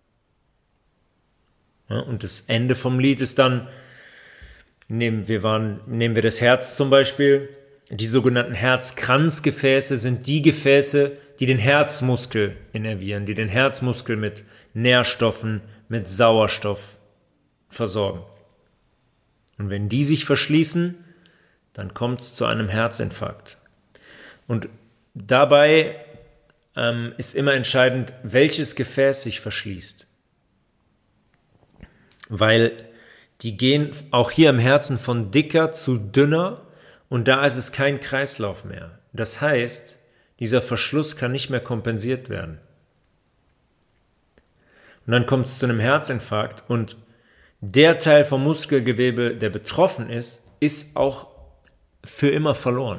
Ja, und das Ende vom Lied ist dann, nehmen wir, waren, nehmen wir das Herz zum Beispiel, die sogenannten Herzkranzgefäße sind die Gefäße, die den Herzmuskel innervieren, die den Herzmuskel mit Nährstoffen, mit Sauerstoff versorgen. Und wenn die sich verschließen, dann kommt es zu einem Herzinfarkt. Und dabei ähm, ist immer entscheidend, welches Gefäß sich verschließt. Weil die gehen auch hier im Herzen von dicker zu dünner und da ist es kein Kreislauf mehr. Das heißt, dieser Verschluss kann nicht mehr kompensiert werden. Und dann kommt es zu einem Herzinfarkt und der Teil vom Muskelgewebe, der betroffen ist, ist auch für immer verloren.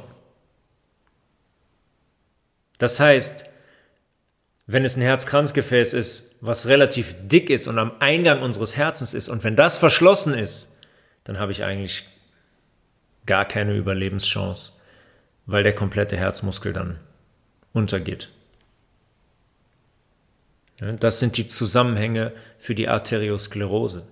Das heißt, wenn es ein Herzkranzgefäß ist, was relativ dick ist und am Eingang unseres Herzens ist und wenn das verschlossen ist, dann habe ich eigentlich gar keine Überlebenschance, weil der komplette Herzmuskel dann untergeht. Das sind die Zusammenhänge für die Arteriosklerose.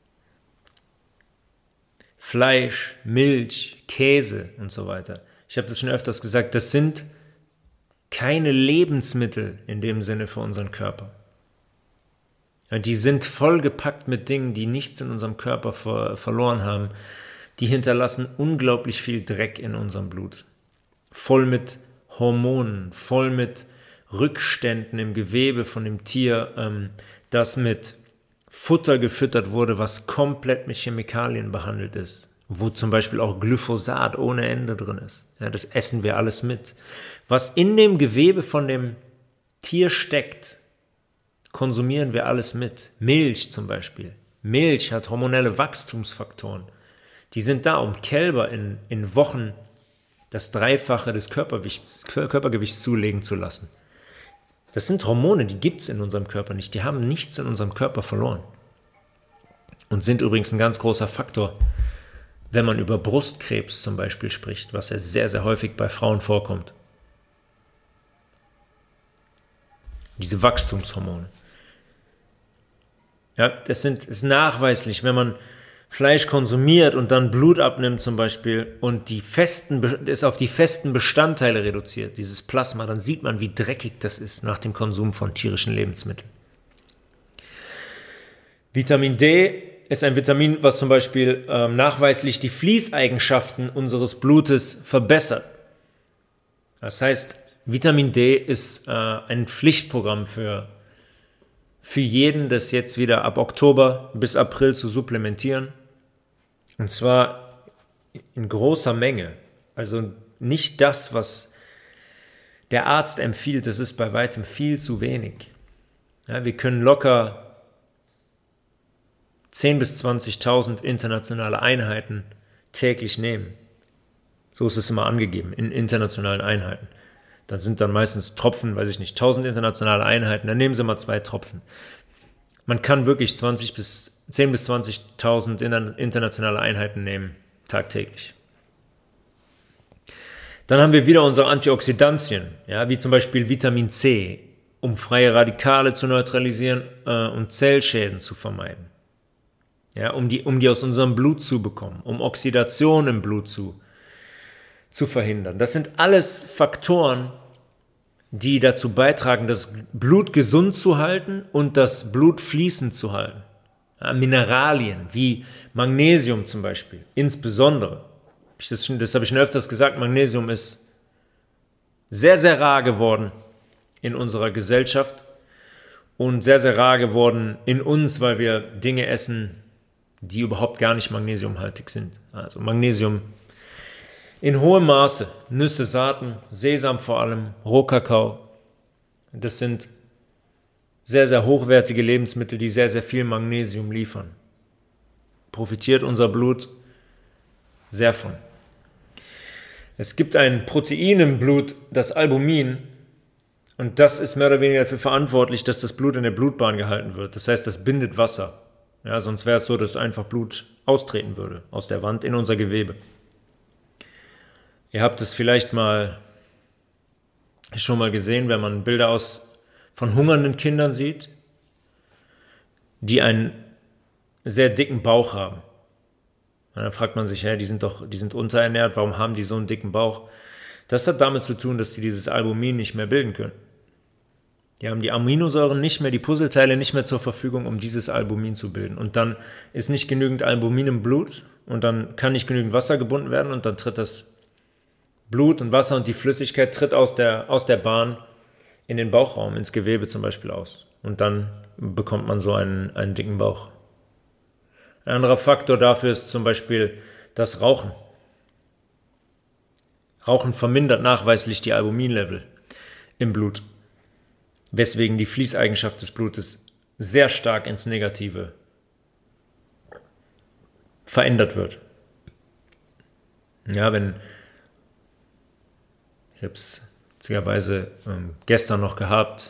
Fleisch, Milch, Käse und so weiter. Ich habe das schon öfters gesagt, das sind keine Lebensmittel in dem Sinne für unseren Körper. Die sind vollgepackt mit Dingen, die nichts in unserem Körper ver- verloren haben. Die hinterlassen unglaublich viel Dreck in unserem Blut. Voll mit Hormonen, voll mit Rückständen im Gewebe von dem Tier, ähm, das mit Futter gefüttert wurde, was komplett mit Chemikalien behandelt ist. Wo zum Beispiel auch Glyphosat ohne Ende drin ist. Ja, das essen wir alles mit. Was in dem Gewebe von dem Tier steckt, konsumieren wir alles mit. Milch zum Beispiel. Milch hat hormonelle Wachstumsfaktoren. Die sind da, um Kälber in, in Wochen das Dreifache des Körpergewichts, Körpergewichts zulegen zu lassen. Das sind Hormone, die gibt es in unserem Körper nicht. Die haben nichts in unserem Körper verloren. Und sind übrigens ein ganz großer Faktor, wenn man über Brustkrebs zum Beispiel spricht, was ja sehr, sehr häufig bei Frauen vorkommt. Diese Wachstumshormone. Ja, das sind, ist nachweislich, wenn man Fleisch konsumiert und dann Blut abnimmt zum Beispiel und die festen, ist auf die festen Bestandteile reduziert, dieses Plasma, dann sieht man, wie dreckig das ist nach dem Konsum von tierischen Lebensmitteln. Vitamin D ist ein Vitamin, was zum Beispiel ähm, nachweislich die Fließeigenschaften unseres Blutes verbessert. Das heißt, Vitamin D ist äh, ein Pflichtprogramm für, für jeden, das jetzt wieder ab Oktober bis April zu supplementieren. Und zwar in großer Menge. Also nicht das, was der Arzt empfiehlt, das ist bei weitem viel zu wenig. Ja, wir können locker zehntausend bis zwanzigtausend internationale Einheiten täglich nehmen. So ist es immer angegeben, in internationalen Einheiten. Dann sind dann meistens Tropfen, weiß ich nicht, tausend internationale Einheiten, dann nehmen Sie mal zwei Tropfen. Man kann wirklich zwanzig bis zehntausend bis zwanzigtausend internationale Einheiten nehmen, tagtäglich. Dann haben wir wieder unsere Antioxidantien, ja, wie zum Beispiel Vitamin C um freie Radikale zu neutralisieren äh, und Zellschäden zu vermeiden. Ja, um die, um die aus unserem Blut zu bekommen, um Oxidation im Blut zu, zu verhindern. Das sind alles Faktoren, die dazu beitragen, das Blut gesund zu halten und das Blut fließend zu halten. Ja, Mineralien wie Magnesium zum Beispiel, insbesondere. Das, das habe ich schon öfters gesagt, Magnesium ist sehr, sehr rar geworden in unserer Gesellschaft und sehr, sehr rar geworden in uns, weil wir Dinge essen, die überhaupt gar nicht magnesiumhaltig sind. Also Magnesium in hohem Maße, Nüsse, Saaten, Sesam vor allem, Rohkakao. Das sind sehr, sehr hochwertige Lebensmittel, die sehr, sehr viel Magnesium liefern. Profitiert unser Blut sehr von. Es gibt ein Protein im Blut, das Albumin, und das ist mehr oder weniger dafür verantwortlich, dass das Blut in der Blutbahn gehalten wird. Das heißt, das bindet Wasser. Ja, sonst wäre es so, dass einfach Blut austreten würde aus der Wand in unser Gewebe. Ihr habt es vielleicht mal schon mal gesehen, wenn man Bilder aus, von hungernden Kindern sieht, die einen sehr dicken Bauch haben. Und dann fragt man sich, hey, die sind doch, die sind unterernährt, warum haben die so einen dicken Bauch? Das hat damit zu tun, dass sie dieses Albumin nicht mehr bilden können. Die haben die Aminosäuren nicht mehr, die Puzzleteile nicht mehr zur Verfügung, um dieses Albumin zu bilden. Und dann ist nicht genügend Albumin im Blut und dann kann nicht genügend Wasser gebunden werden und dann tritt das Blut und Wasser und die Flüssigkeit tritt aus der, aus der Bahn in den Bauchraum, ins Gewebe zum Beispiel aus. Und dann bekommt man so einen, einen dicken Bauch. Ein anderer Faktor dafür ist zum Beispiel das Rauchen. Rauchen vermindert nachweislich die Albuminlevel im Blut, weswegen die Fließeigenschaft des Blutes sehr stark ins Negative verändert wird. Ja, wenn, ich habe es witzigerweise ähm, gestern noch gehabt,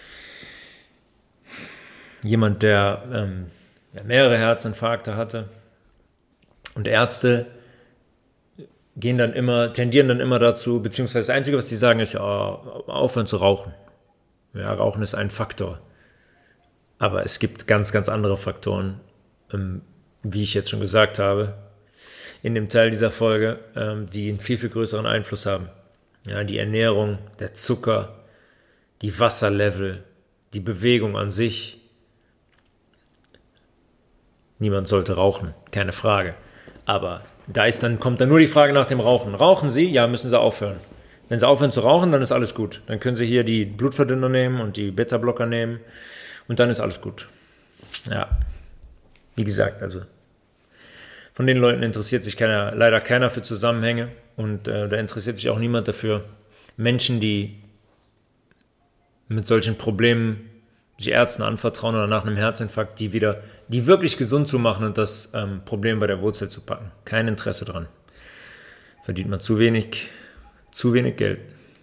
jemand, der, ähm, der mehrere Herzinfarkte hatte und Ärzte gehen dann immer, tendieren dann immer dazu, beziehungsweise das Einzige, was die sagen, ist, ja, aufhören zu rauchen. Ja, Rauchen ist ein Faktor. Aber es gibt ganz, ganz andere Faktoren, ähm, wie ich jetzt schon gesagt habe, in dem Teil dieser Folge, ähm, die einen viel, viel größeren Einfluss haben. Ja, die Ernährung, der Zucker, die Wasserlevel, die Bewegung an sich. Niemand sollte rauchen, keine Frage. Aber da ist dann, kommt dann nur die Frage nach dem Rauchen. Rauchen Sie? Ja, müssen Sie aufhören. Wenn Sie aufhören zu rauchen, dann ist alles gut. Dann können Sie hier die Blutverdünner nehmen und die Beta-Blocker nehmen und dann ist alles gut. Ja, wie gesagt, also von den Leuten interessiert sich keiner, leider keiner für Zusammenhänge und äh, da interessiert sich auch niemand dafür. Menschen, die mit solchen Problemen sich Ärzten anvertrauen oder nach einem Herzinfarkt, die wieder, die wirklich gesund zu machen und das ähm, Problem bei der Wurzel zu packen. Kein Interesse dran. Verdient man zu wenig, zu wenig Geld.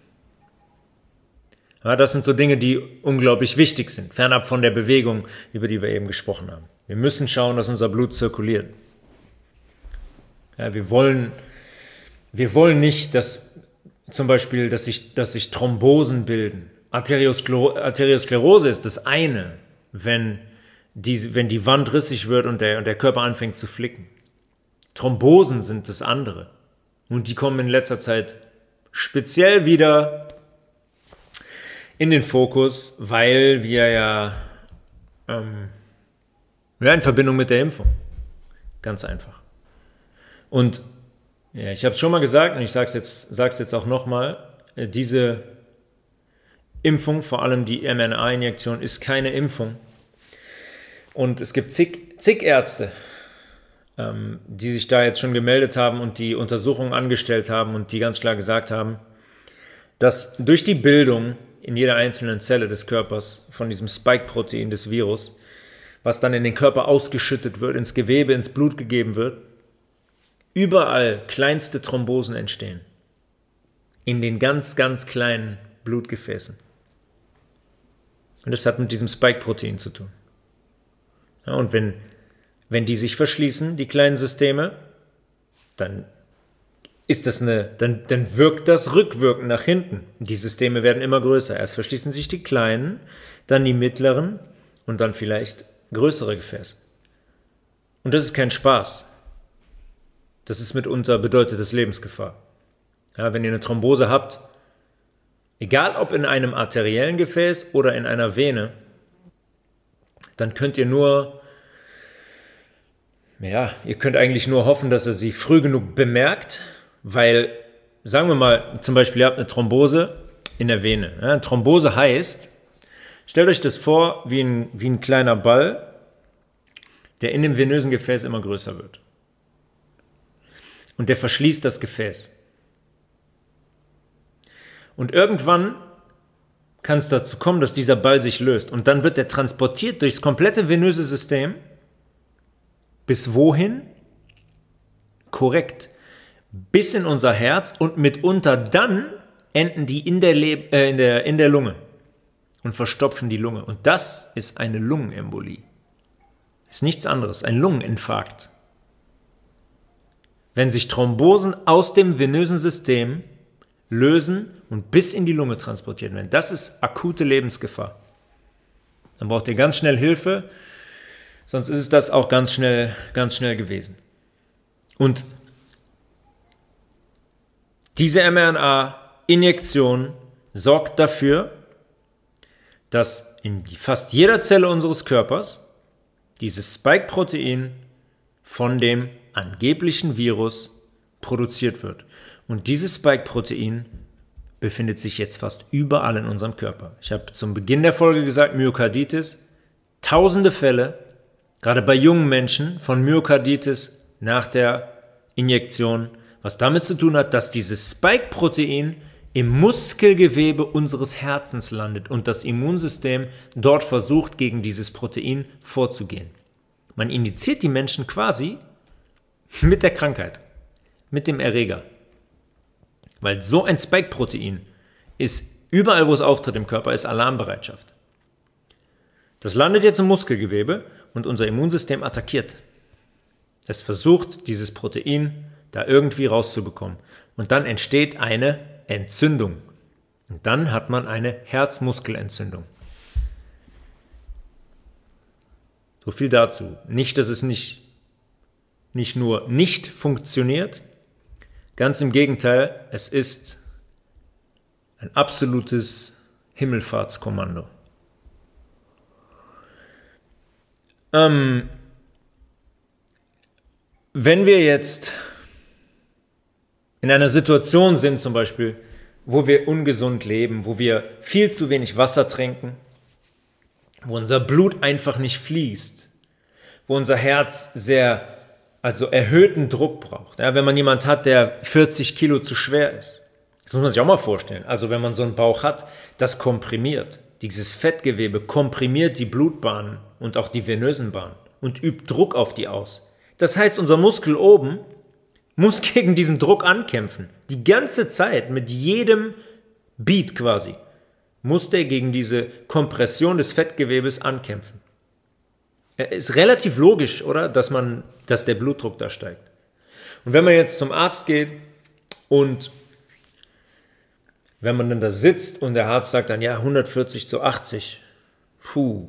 Ja, das sind so Dinge, die unglaublich wichtig sind, fernab von der Bewegung, über die wir eben gesprochen haben. Wir müssen schauen, dass unser Blut zirkuliert. Ja, wir wollen, wir wollen nicht, dass zum Beispiel, dass sich, dass sich Thrombosen bilden. Arterioskler- Arteriosklerose ist das eine, wenn die, wenn die Wand rissig wird und der, und der Körper anfängt zu flicken. Thrombosen sind das andere. Und die kommen in letzter Zeit speziell wieder in den Fokus, weil wir ja, ähm, ja in Verbindung mit der Impfung. Ganz einfach. Und ja, ich habe es schon mal gesagt und ich sage es jetzt, sag's jetzt auch nochmal, diese Impfung, vor allem die M R N A-Injektion, ist keine Impfung. Und es gibt zig, zig Ärzte, ähm, die sich da jetzt schon gemeldet haben und die Untersuchungen angestellt haben und die ganz klar gesagt haben, dass durch die Bildung in jeder einzelnen Zelle des Körpers von diesem Spike-Protein des Virus, was dann in den Körper ausgeschüttet wird, ins Gewebe, ins Blut gegeben wird, überall kleinste Thrombosen entstehen. In den ganz, ganz kleinen Blutgefäßen. Und das hat mit diesem Spike-Protein zu tun. Ja, und wenn, wenn die sich verschließen, die kleinen Systeme, dann ist das eine, dann, dann wirkt das rückwirkend nach hinten. Die Systeme werden immer größer. Erst verschließen sich die kleinen, dann die mittleren und dann vielleicht größere Gefäße. Und das ist kein Spaß. Das ist mitunter bedeutet das Lebensgefahr. Ja, wenn ihr eine Thrombose habt, egal ob in einem arteriellen Gefäß oder in einer Vene, dann könnt ihr nur, ja, ihr könnt eigentlich nur hoffen, dass ihr sie früh genug bemerkt, weil, sagen wir mal, zum Beispiel ihr habt eine Thrombose in der Vene. Ja, Thrombose heißt, stellt euch das vor wie ein, wie ein kleiner Ball, der in dem venösen Gefäß immer größer wird. Und der verschließt das Gefäß. Und irgendwann kann es dazu kommen, dass dieser Ball sich löst. Und dann wird er transportiert durchs komplette venöse System. Bis wohin? Korrekt. Bis in unser Herz und mitunter dann enden die in der, Le- äh, in der, in der Lunge und verstopfen die Lunge. Und das ist eine Lungenembolie. Ist nichts anderes, ein Lungeninfarkt. Wenn sich Thrombosen aus dem venösen System lösen und bis in die Lunge transportiert werden. Das ist akute Lebensgefahr. Dann braucht ihr ganz schnell Hilfe, sonst ist es das auch ganz schnell, ganz schnell gewesen. Und diese mRNA-Injektion sorgt dafür, dass in fast jeder Zelle unseres Körpers dieses Spike-Protein von dem angeblichen Virus produziert wird. Und dieses Spike-Protein befindet sich jetzt fast überall in unserem Körper. Ich habe zum Beginn der Folge gesagt, Myokarditis, tausende Fälle, gerade bei jungen Menschen, von Myokarditis nach der Injektion, was damit zu tun hat, dass dieses Spike-Protein im Muskelgewebe unseres Herzens landet und das Immunsystem dort versucht, gegen dieses Protein vorzugehen. Man injiziert die Menschen quasi mit der Krankheit, mit dem Erreger. Weil so ein Spike-Protein ist überall, wo es auftritt im Körper, ist Alarmbereitschaft. Das landet jetzt im Muskelgewebe und unser Immunsystem attackiert. Es versucht, dieses Protein da irgendwie rauszubekommen. Und dann entsteht eine Entzündung. Und dann hat man eine Herzmuskelentzündung. So viel dazu. Nicht, dass es nicht, nicht nur nicht funktioniert, ganz im Gegenteil, es ist ein absolutes Himmelfahrtskommando. Ähm, wenn wir jetzt in einer Situation sind zum Beispiel, wo wir ungesund leben, wo wir viel zu wenig Wasser trinken, wo unser Blut einfach nicht fließt, wo unser Herz sehr, also erhöhten Druck braucht. Ja, wenn man jemanden hat, der vierzig Kilo zu schwer ist, das muss man sich auch mal vorstellen. Also wenn man so einen Bauch hat, das komprimiert. Dieses Fettgewebe komprimiert die Blutbahnen und auch die venösen Bahnen und übt Druck auf die aus. Das heißt, unser Muskel oben muss gegen diesen Druck ankämpfen. Die ganze Zeit, mit jedem Beat quasi, muss der gegen diese Kompression des Fettgewebes ankämpfen. Ist relativ logisch, oder? Dass man, dass der Blutdruck da steigt. Und wenn man jetzt zum Arzt geht und wenn man dann da sitzt und der Arzt sagt dann, ja, hundertvierzig zu achtzig, puh,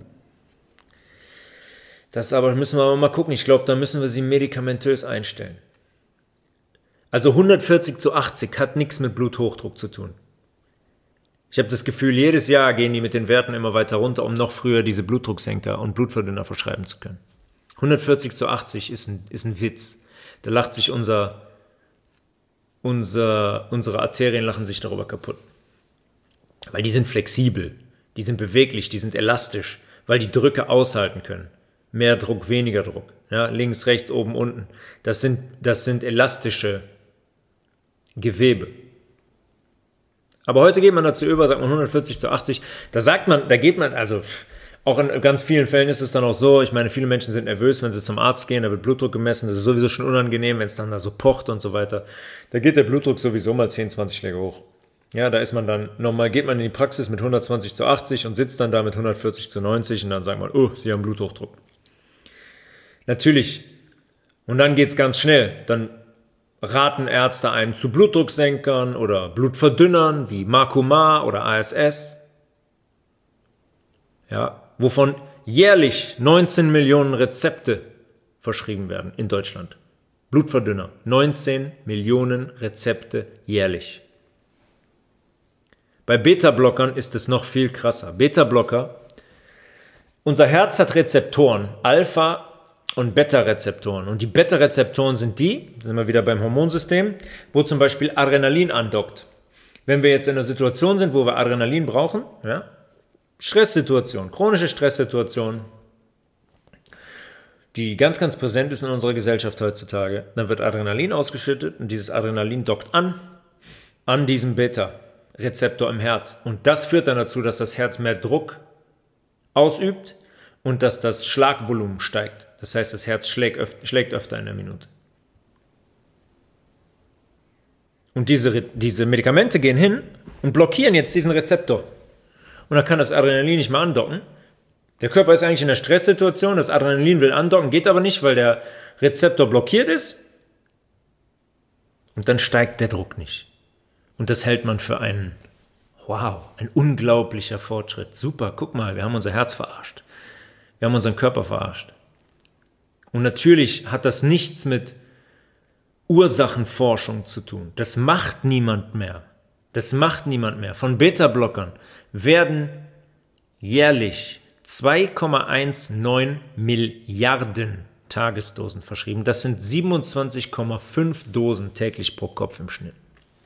das aber müssen wir mal gucken. Ich glaube, da müssen wir sie medikamentös einstellen. Also hundertvierzig zu achtzig hat nichts mit Bluthochdruck zu tun. Ich habe das Gefühl, jedes Jahr gehen die mit den Werten immer weiter runter, um noch früher diese Blutdrucksenker und Blutverdünner verschreiben zu können. hundertvierzig zu achtzig ist ein, ist ein Witz. Da lacht sich unser, unser, unsere Arterien lachen sich darüber kaputt. Weil die sind flexibel, die sind beweglich, die sind elastisch, weil die Drücke aushalten können. Mehr Druck, weniger Druck. Ja, links, rechts, oben, unten. Das sind, das sind elastische Gewebe. Aber heute geht man dazu über, sagt man hundertvierzig zu achtzig. Da sagt man, da geht man, also auch in ganz vielen Fällen ist es dann auch so, ich meine, viele Menschen sind nervös, wenn sie zum Arzt gehen, da wird Blutdruck gemessen, das ist sowieso schon unangenehm, wenn es dann da so pocht und so weiter. Da geht der Blutdruck sowieso mal zehn, zwanzig Schläge hoch. Ja, da ist man dann, nochmal geht man in die Praxis mit hundertzwanzig zu achtzig und sitzt dann da mit hundertvierzig zu neunzig und dann sagt man, oh, Sie haben Bluthochdruck. Natürlich. Und dann geht es ganz schnell. Dann raten Ärzte einem zu Blutdrucksenkern oder Blutverdünnern wie Marcumar oder A S S, ja, wovon jährlich neunzehn Millionen Rezepte verschrieben werden in Deutschland. Blutverdünner, neunzehn Millionen Rezepte jährlich. Bei Beta-Blockern ist es noch viel krasser. Beta-Blocker, unser Herz hat Rezeptoren, Alpha- und Beta-Rezeptoren. Und die Beta-Rezeptoren sind die, sind wir wieder beim Hormonsystem, wo zum Beispiel Adrenalin andockt. Wenn wir jetzt in einer Situation sind, wo wir Adrenalin brauchen, ja, Stresssituation, chronische Stresssituation, die ganz, ganz präsent ist in unserer Gesellschaft heutzutage, dann wird Adrenalin ausgeschüttet und dieses Adrenalin dockt an, an diesem Beta-Rezeptor im Herz. Und das führt dann dazu, dass das Herz mehr Druck ausübt und dass das Schlagvolumen steigt. Das heißt, das Herz schlägt, öf- schlägt öfter in der Minute. Und diese, diese Medikamente gehen hin und blockieren jetzt diesen Rezeptor. Und dann kann das Adrenalin nicht mehr andocken. Der Körper ist eigentlich in einer Stresssituation, das Adrenalin will andocken, geht aber nicht, weil der Rezeptor blockiert ist. Und dann steigt der Druck nicht. Und das hält man für einen, wow, ein unglaublicher Fortschritt. Super, guck mal, wir haben unser Herz verarscht. Wir haben unseren Körper verarscht. Und natürlich hat das nichts mit Ursachenforschung zu tun. Das macht niemand mehr. Das macht niemand mehr. Von Beta-Blockern werden jährlich zwei Komma neunzehn Milliarden Tagesdosen verschrieben. Das sind siebenundzwanzig Komma fünf Dosen täglich pro Kopf im Schnitt.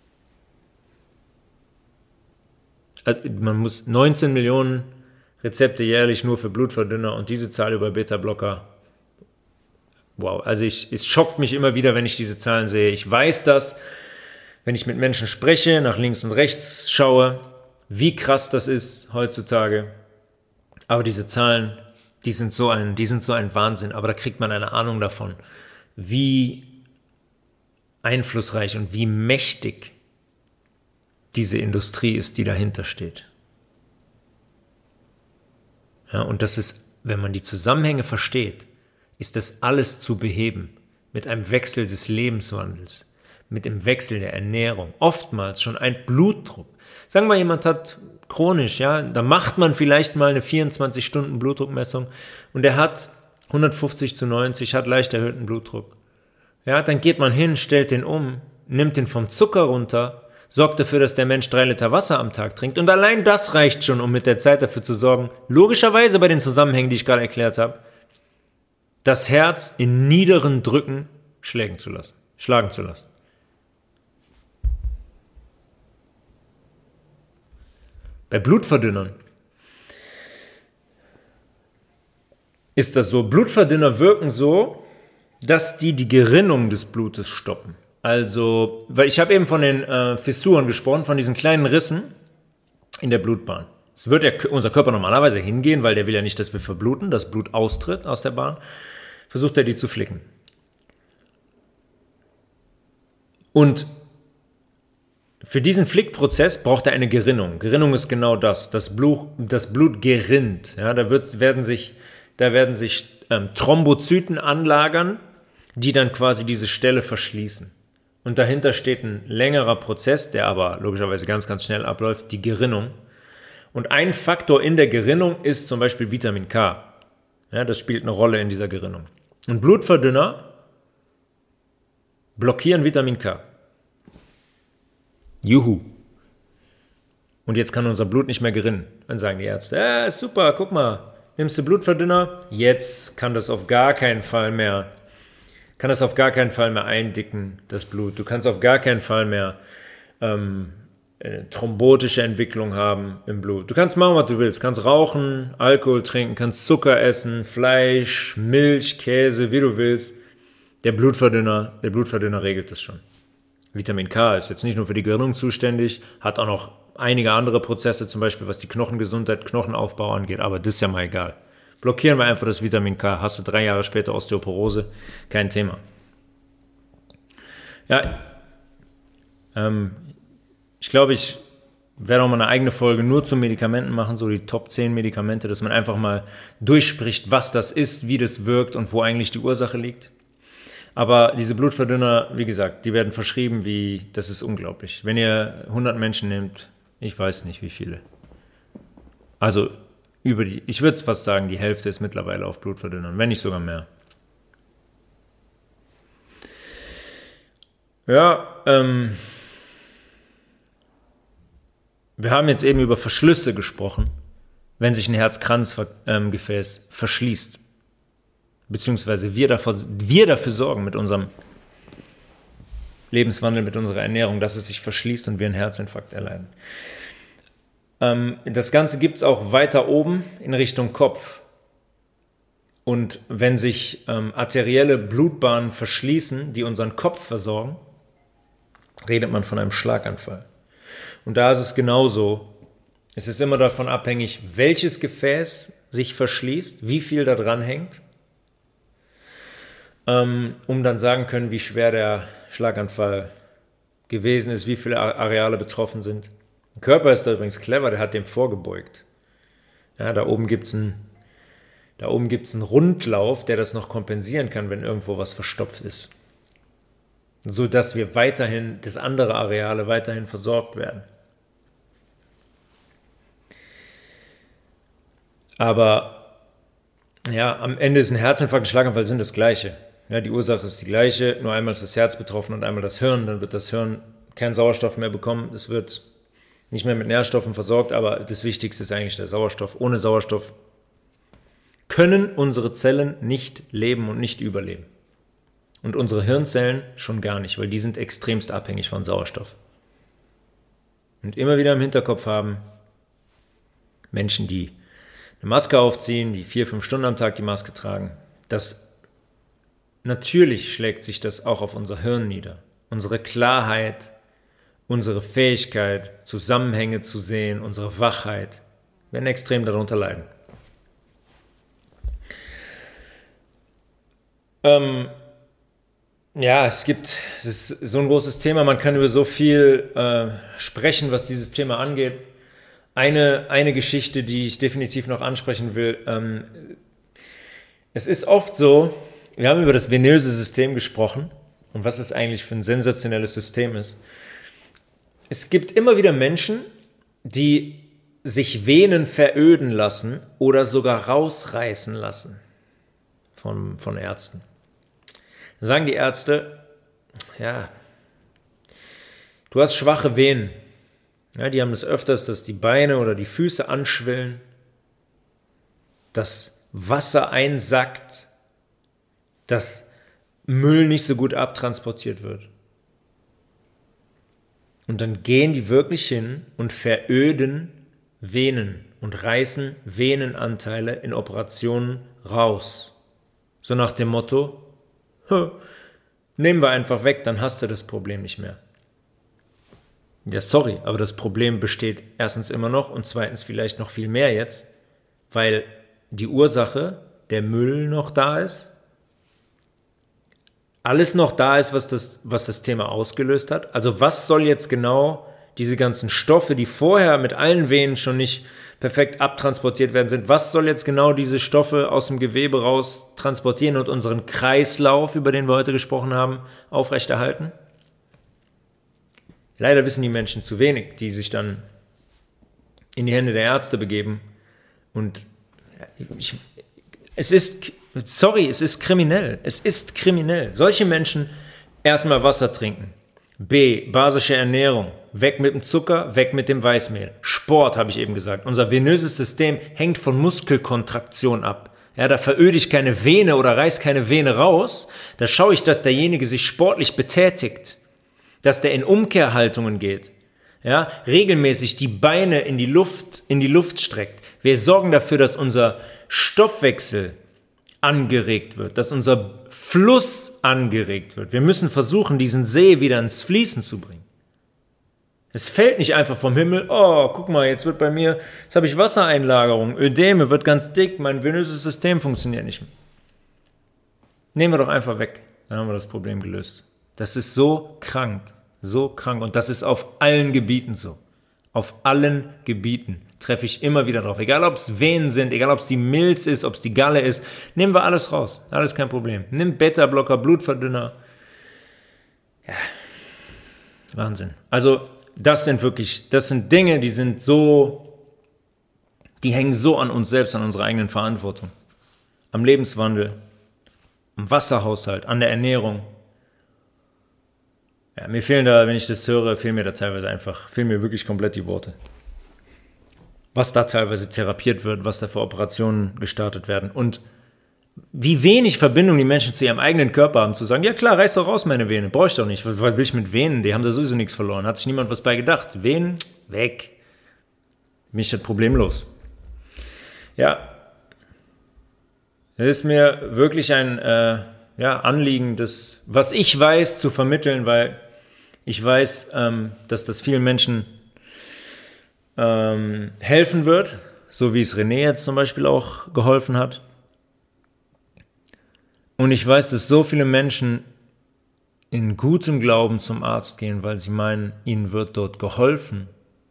Also man muss neunzehn Millionen Rezepte jährlich nur für Blutverdünner und diese Zahl über Beta-Blocker. Wow, also ich, es schockt mich immer wieder, wenn ich diese Zahlen sehe. Ich weiß das, wenn ich mit Menschen spreche, nach links und rechts schaue, wie krass das ist heutzutage. Aber diese Zahlen, die sind so ein, die sind so ein Wahnsinn. Aber da kriegt man eine Ahnung davon, wie einflussreich und wie mächtig diese Industrie ist, die dahinter steht. Ja, und das ist, wenn man die Zusammenhänge versteht, ist das alles zu beheben mit einem Wechsel des Lebenswandels, mit dem Wechsel der Ernährung, oftmals schon ein Blutdruck. Sagen wir, jemand hat chronisch, ja, da macht man vielleicht mal eine vierundzwanzig Stunden Blutdruckmessung und der hat hundertfünfzig zu neunzig, hat leicht erhöhten Blutdruck. Ja, dann geht man hin, stellt den um, nimmt den vom Zucker runter, sorgt dafür, dass der Mensch drei Liter Wasser am Tag trinkt und allein das reicht schon, um mit der Zeit dafür zu sorgen, logischerweise bei den Zusammenhängen, die ich gerade erklärt habe, das Herz in niederen Drücken schlagen zu lassen, schlagen zu lassen. Bei Blutverdünnern ist das so, Blutverdünner wirken so, dass die die Gerinnung des Blutes stoppen. Also, weil ich habe eben von den äh, Fissuren gesprochen, von diesen kleinen Rissen in der Blutbahn. Es wird ja unser Körper normalerweise hingehen, weil der will ja nicht, dass wir verbluten, das Blut austritt aus der Bahn, versucht er die zu flicken. Und für diesen Flickprozess braucht er eine Gerinnung. Gerinnung ist genau das. Das Blut, das Blut gerinnt. Ja, da wird, werden sich, da werden sich ähm, Thrombozyten anlagern, die dann quasi diese Stelle verschließen. Und dahinter steht ein längerer Prozess, der aber logischerweise ganz, ganz schnell abläuft, die Gerinnung. Und ein Faktor in der Gerinnung ist zum Beispiel Vitamin K. Ja, das spielt eine Rolle in dieser Gerinnung. Und Blutverdünner blockieren Vitamin K. Juhu. Und jetzt kann unser Blut nicht mehr gerinnen. Dann sagen die Ärzte, ja, super, guck mal, nimmst du Blutverdünner? Jetzt kann das auf gar keinen Fall mehr, kann das auf gar keinen Fall mehr eindicken, das Blut. Du kannst auf gar keinen Fall mehr ähm, eine thrombotische Entwicklung haben im Blut. Du kannst machen, was du willst. Du kannst rauchen, Alkohol trinken, kannst Zucker essen, Fleisch, Milch, Käse, wie du willst. Der Blutverdünner, der Blutverdünner regelt das schon. Vitamin K ist jetzt nicht nur für die Gerinnung zuständig, hat auch noch einige andere Prozesse, zum Beispiel was die Knochengesundheit, Knochenaufbau angeht, aber das ist ja mal egal. Blockieren wir einfach das Vitamin K, hast du drei Jahre später Osteoporose, kein Thema. Ja, ähm, ich glaube, ich werde auch mal eine eigene Folge nur zu Medikamenten machen, so die Top zehn Medikamente, dass man einfach mal durchspricht, was das ist, wie das wirkt und wo eigentlich die Ursache liegt. Aber diese Blutverdünner, wie gesagt, die werden verschrieben wie, das ist unglaublich. Wenn ihr hundert Menschen nehmt, ich weiß nicht wie viele. Also über die, ich würde fast sagen, die Hälfte ist mittlerweile auf Blutverdünnern, wenn nicht sogar mehr. Ja, ähm, wir haben jetzt eben über Verschlüsse gesprochen, wenn sich ein Herzkranzgefäß verschließt. Beziehungsweise wir dafür, wir dafür sorgen mit unserem Lebenswandel, mit unserer Ernährung, dass es sich verschließt und wir einen Herzinfarkt erleiden. Ähm, das Ganze gibt es auch weiter oben in Richtung Kopf. Und wenn sich ähm, arterielle Blutbahnen verschließen, die unseren Kopf versorgen, redet man von einem Schlaganfall. Und da ist es genauso. Es ist immer davon abhängig, welches Gefäß sich verschließt, wie viel da dran hängt, ähm, um dann sagen können, wie schwer der Schlaganfall gewesen ist, wie viele Areale betroffen sind. Der Körper ist da übrigens clever, der hat dem vorgebeugt. Ja, da oben gibt es einen, da oben gibt's einen Rundlauf, der das noch kompensieren kann, wenn irgendwo was verstopft ist. So dass wir weiterhin, dass andere Areale weiterhin versorgt werden. Aber ja, am Ende ist ein Herzinfarkt und ein Schlaganfall sind das Gleiche. Ja, die Ursache ist die gleiche, nur einmal ist das Herz betroffen und einmal das Hirn. Dann wird das Hirn keinen Sauerstoff mehr bekommen. Es wird nicht mehr mit Nährstoffen versorgt, aber das Wichtigste ist eigentlich der Sauerstoff. Ohne Sauerstoff können unsere Zellen nicht leben und nicht überleben. Und unsere Hirnzellen schon gar nicht, weil die sind extremst abhängig von Sauerstoff. Und immer wieder im Hinterkopf haben, Menschen, die eine Maske aufziehen, die vier, fünf Stunden am Tag die Maske tragen, das natürlich schlägt sich das auch auf unser Hirn nieder. Unsere Klarheit, unsere Fähigkeit, Zusammenhänge zu sehen, unsere Wachheit werden extrem darunter leiden. Ähm, ja, es gibt, es ist so ein großes Thema, man kann über so viel äh, sprechen, was dieses Thema angeht. Eine, eine Geschichte, die ich definitiv noch ansprechen will. Ähm, es ist oft so, wir haben über das venöse System gesprochen und was es eigentlich für ein sensationelles System ist. Es gibt immer wieder Menschen, die sich Venen veröden lassen oder sogar rausreißen lassen von, von Ärzten. Dann sagen die Ärzte, ja, du hast schwache Venen. Ja, die haben das öfters, dass die Beine oder die Füße anschwillen, dass Wasser einsackt, dass Müll nicht so gut abtransportiert wird. Und dann gehen die wirklich hin und veröden Venen und reißen Venenanteile in Operationen raus. So nach dem Motto, nehmen wir einfach weg, dann hast du das Problem nicht mehr. Ja, sorry, aber das Problem besteht erstens immer noch und zweitens vielleicht noch viel mehr jetzt, weil die Ursache, der Müll noch da ist, alles noch da ist, was das, was das Thema ausgelöst hat. Also was soll jetzt genau diese ganzen Stoffe, die vorher mit allen Venen schon nicht perfekt abtransportiert werden sind, was soll jetzt genau diese Stoffe aus dem Gewebe raus transportieren und unseren Kreislauf, über den wir heute gesprochen haben, aufrechterhalten? Leider wissen die Menschen zu wenig, die sich dann in die Hände der Ärzte begeben. Und ich, es ist, sorry, es ist kriminell. Es ist kriminell. Solche Menschen erstmal Wasser trinken. B, basische Ernährung. Weg mit dem Zucker, weg mit dem Weißmehl. Sport, habe ich eben gesagt. Unser venöses System hängt von Muskelkontraktion ab. Ja, da veröde ich keine Vene oder reiß keine Vene raus. Da schaue ich, dass derjenige sich sportlich betätigt. Dass der in Umkehrhaltungen geht. Ja, regelmäßig die Beine in die Luft, in die Luft streckt. Wir sorgen dafür, dass unser Stoffwechsel angeregt wird, dass unser Fluss angeregt wird. Wir müssen versuchen, diesen See wieder ins Fließen zu bringen. Es fällt nicht einfach vom Himmel, oh, guck mal, jetzt wird bei mir, jetzt habe ich Wassereinlagerung, Ödeme, wird ganz dick, mein venöses System funktioniert nicht mehr. Nehmen wir doch einfach weg, dann haben wir das Problem gelöst. Das ist so krank, so krank und das ist auf allen Gebieten so. Auf allen Gebieten. treffe ich immer wieder drauf. Egal, ob es Venen sind, egal, ob es die Milz ist, ob es die Galle ist, nehmen wir alles raus. Alles kein Problem. Nimm Beta-Blocker, Blutverdünner. Ja, Wahnsinn. Also, das sind wirklich, das sind Dinge, die sind so, die hängen so an uns selbst, an unserer eigenen Verantwortung. Am Lebenswandel, am Wasserhaushalt, an der Ernährung. Ja, mir fehlen da, wenn ich das höre, fehlen mir da teilweise einfach, fehlen mir wirklich komplett die Worte. Was da teilweise therapiert wird, was da für Operationen gestartet werden und wie wenig Verbindung die Menschen zu ihrem eigenen Körper haben, zu sagen, ja klar, reiß doch raus meine Vene, brauche ich doch nicht, was, was will ich mit Venen, die haben da sowieso nichts verloren, hat sich niemand was bei gedacht, Venen, weg, bin ich das problemlos. Ja, es ist mir wirklich ein äh, ja, Anliegen, das, was ich weiß, zu vermitteln, weil ich weiß, ähm, dass das vielen Menschen ähm, helfen wird, so wie es René jetzt zum Beispiel auch geholfen hat. Und ich weiß, dass so viele Menschen in gutem Glauben zum Arzt gehen, weil sie meinen, ihnen wird dort geholfen.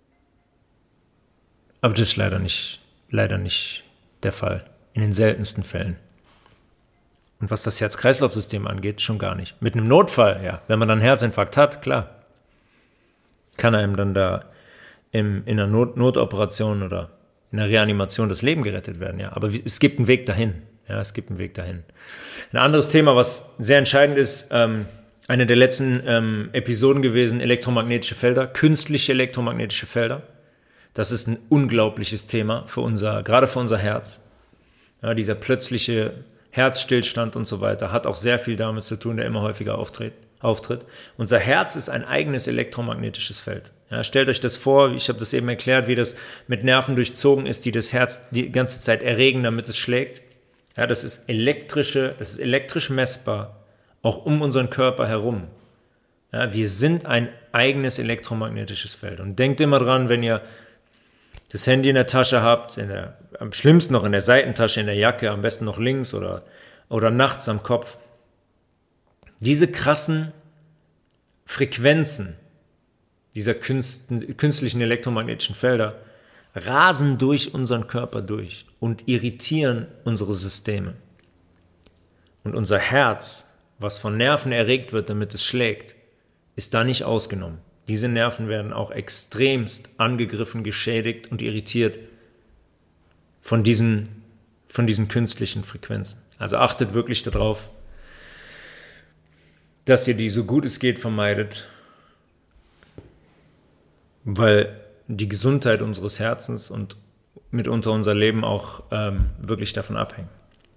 Aber das ist leider nicht, leider nicht der Fall, in den seltensten Fällen. Und was das Herz-Kreislauf-System angeht, schon gar nicht. Mit einem Notfall, ja, wenn man dann einen Herzinfarkt hat, klar, kann einem dann da im, in einer Not- Notoperation oder in einer Reanimation das Leben gerettet werden, ja. Aber es gibt einen Weg dahin, ja, es gibt einen Weg dahin. Ein anderes Thema, was sehr entscheidend ist, ähm, eine der letzten ähm, Episoden gewesen, elektromagnetische Felder, künstliche elektromagnetische Felder. Das ist ein unglaubliches Thema für unser, gerade für unser Herz. Ja, dieser plötzliche Herzstillstand und so weiter hat auch sehr viel damit zu tun, der immer häufiger auftritt. auftritt. Unser Herz ist ein eigenes elektromagnetisches Feld. Ja, stellt euch das vor, ich habe das eben erklärt, wie das mit Nerven durchzogen ist, die das Herz die ganze Zeit erregen, damit es schlägt. Ja, das ist elektrische, das ist elektrisch messbar, auch um unseren Körper herum. Ja, wir sind ein eigenes elektromagnetisches Feld. Und denkt immer dran, wenn ihr das Handy in der Tasche habt, in der, am schlimmsten noch in der Seitentasche, in der Jacke, am besten noch links oder, oder nachts am Kopf. Diese krassen Frequenzen dieser künstlichen elektromagnetischen Felder rasen durch unseren Körper durch und irritieren unsere Systeme. Und unser Herz, was von Nerven erregt wird, damit es schlägt, ist da nicht ausgenommen. Diese Nerven werden auch extremst angegriffen, geschädigt und irritiert von diesen, von diesen künstlichen Frequenzen. Also achtet wirklich darauf, dass ihr die so gut es geht vermeidet, weil die Gesundheit unseres Herzens und mitunter unser Leben auch ähm, wirklich davon abhängen.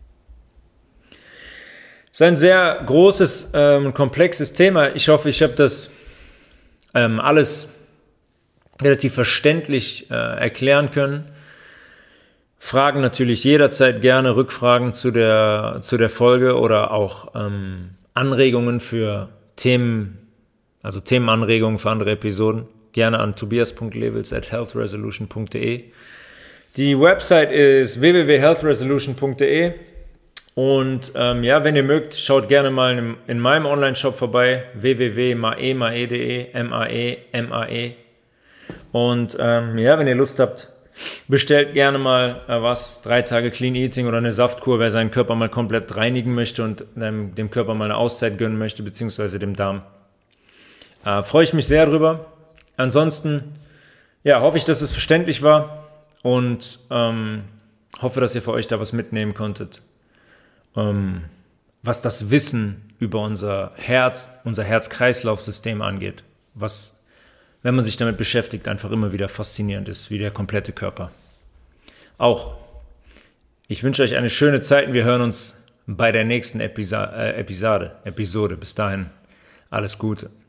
Es ist ein sehr großes und ähm, komplexes Thema. Ich hoffe, ich habe das ähm, alles relativ verständlich äh, erklären können. Fragen natürlich jederzeit gerne, Rückfragen zu der, zu der Folge oder auch ähm, Anregungen für Themen, also Themenanregungen für andere Episoden. Gerne an tobias punkt levels at health resolution punkt de. Die Website ist w w w punkt health resolution punkt de und ähm, ja, wenn ihr mögt, schaut gerne mal in, in meinem Online-Shop vorbei, w w w punkt mae punkt de, M A E, M A E. Und ähm, ja, wenn ihr Lust habt, bestellt gerne mal äh, was, drei Tage Clean Eating oder eine Saftkur, wer seinen Körper mal komplett reinigen möchte und ähm, dem Körper mal eine Auszeit gönnen möchte, beziehungsweise dem Darm. Äh, freue ich mich sehr drüber. Ansonsten, ja, hoffe ich, dass es verständlich war und ähm, hoffe, dass ihr für euch da was mitnehmen konntet, ähm, was das Wissen über unser Herz, unser Herz-Kreislauf-System angeht, was, wenn man sich damit beschäftigt, einfach immer wieder faszinierend ist, wie der komplette Körper. Auch, ich wünsche euch eine schöne Zeit und wir hören uns bei der nächsten Episo- äh, Episode. Episode. Bis dahin, alles Gute.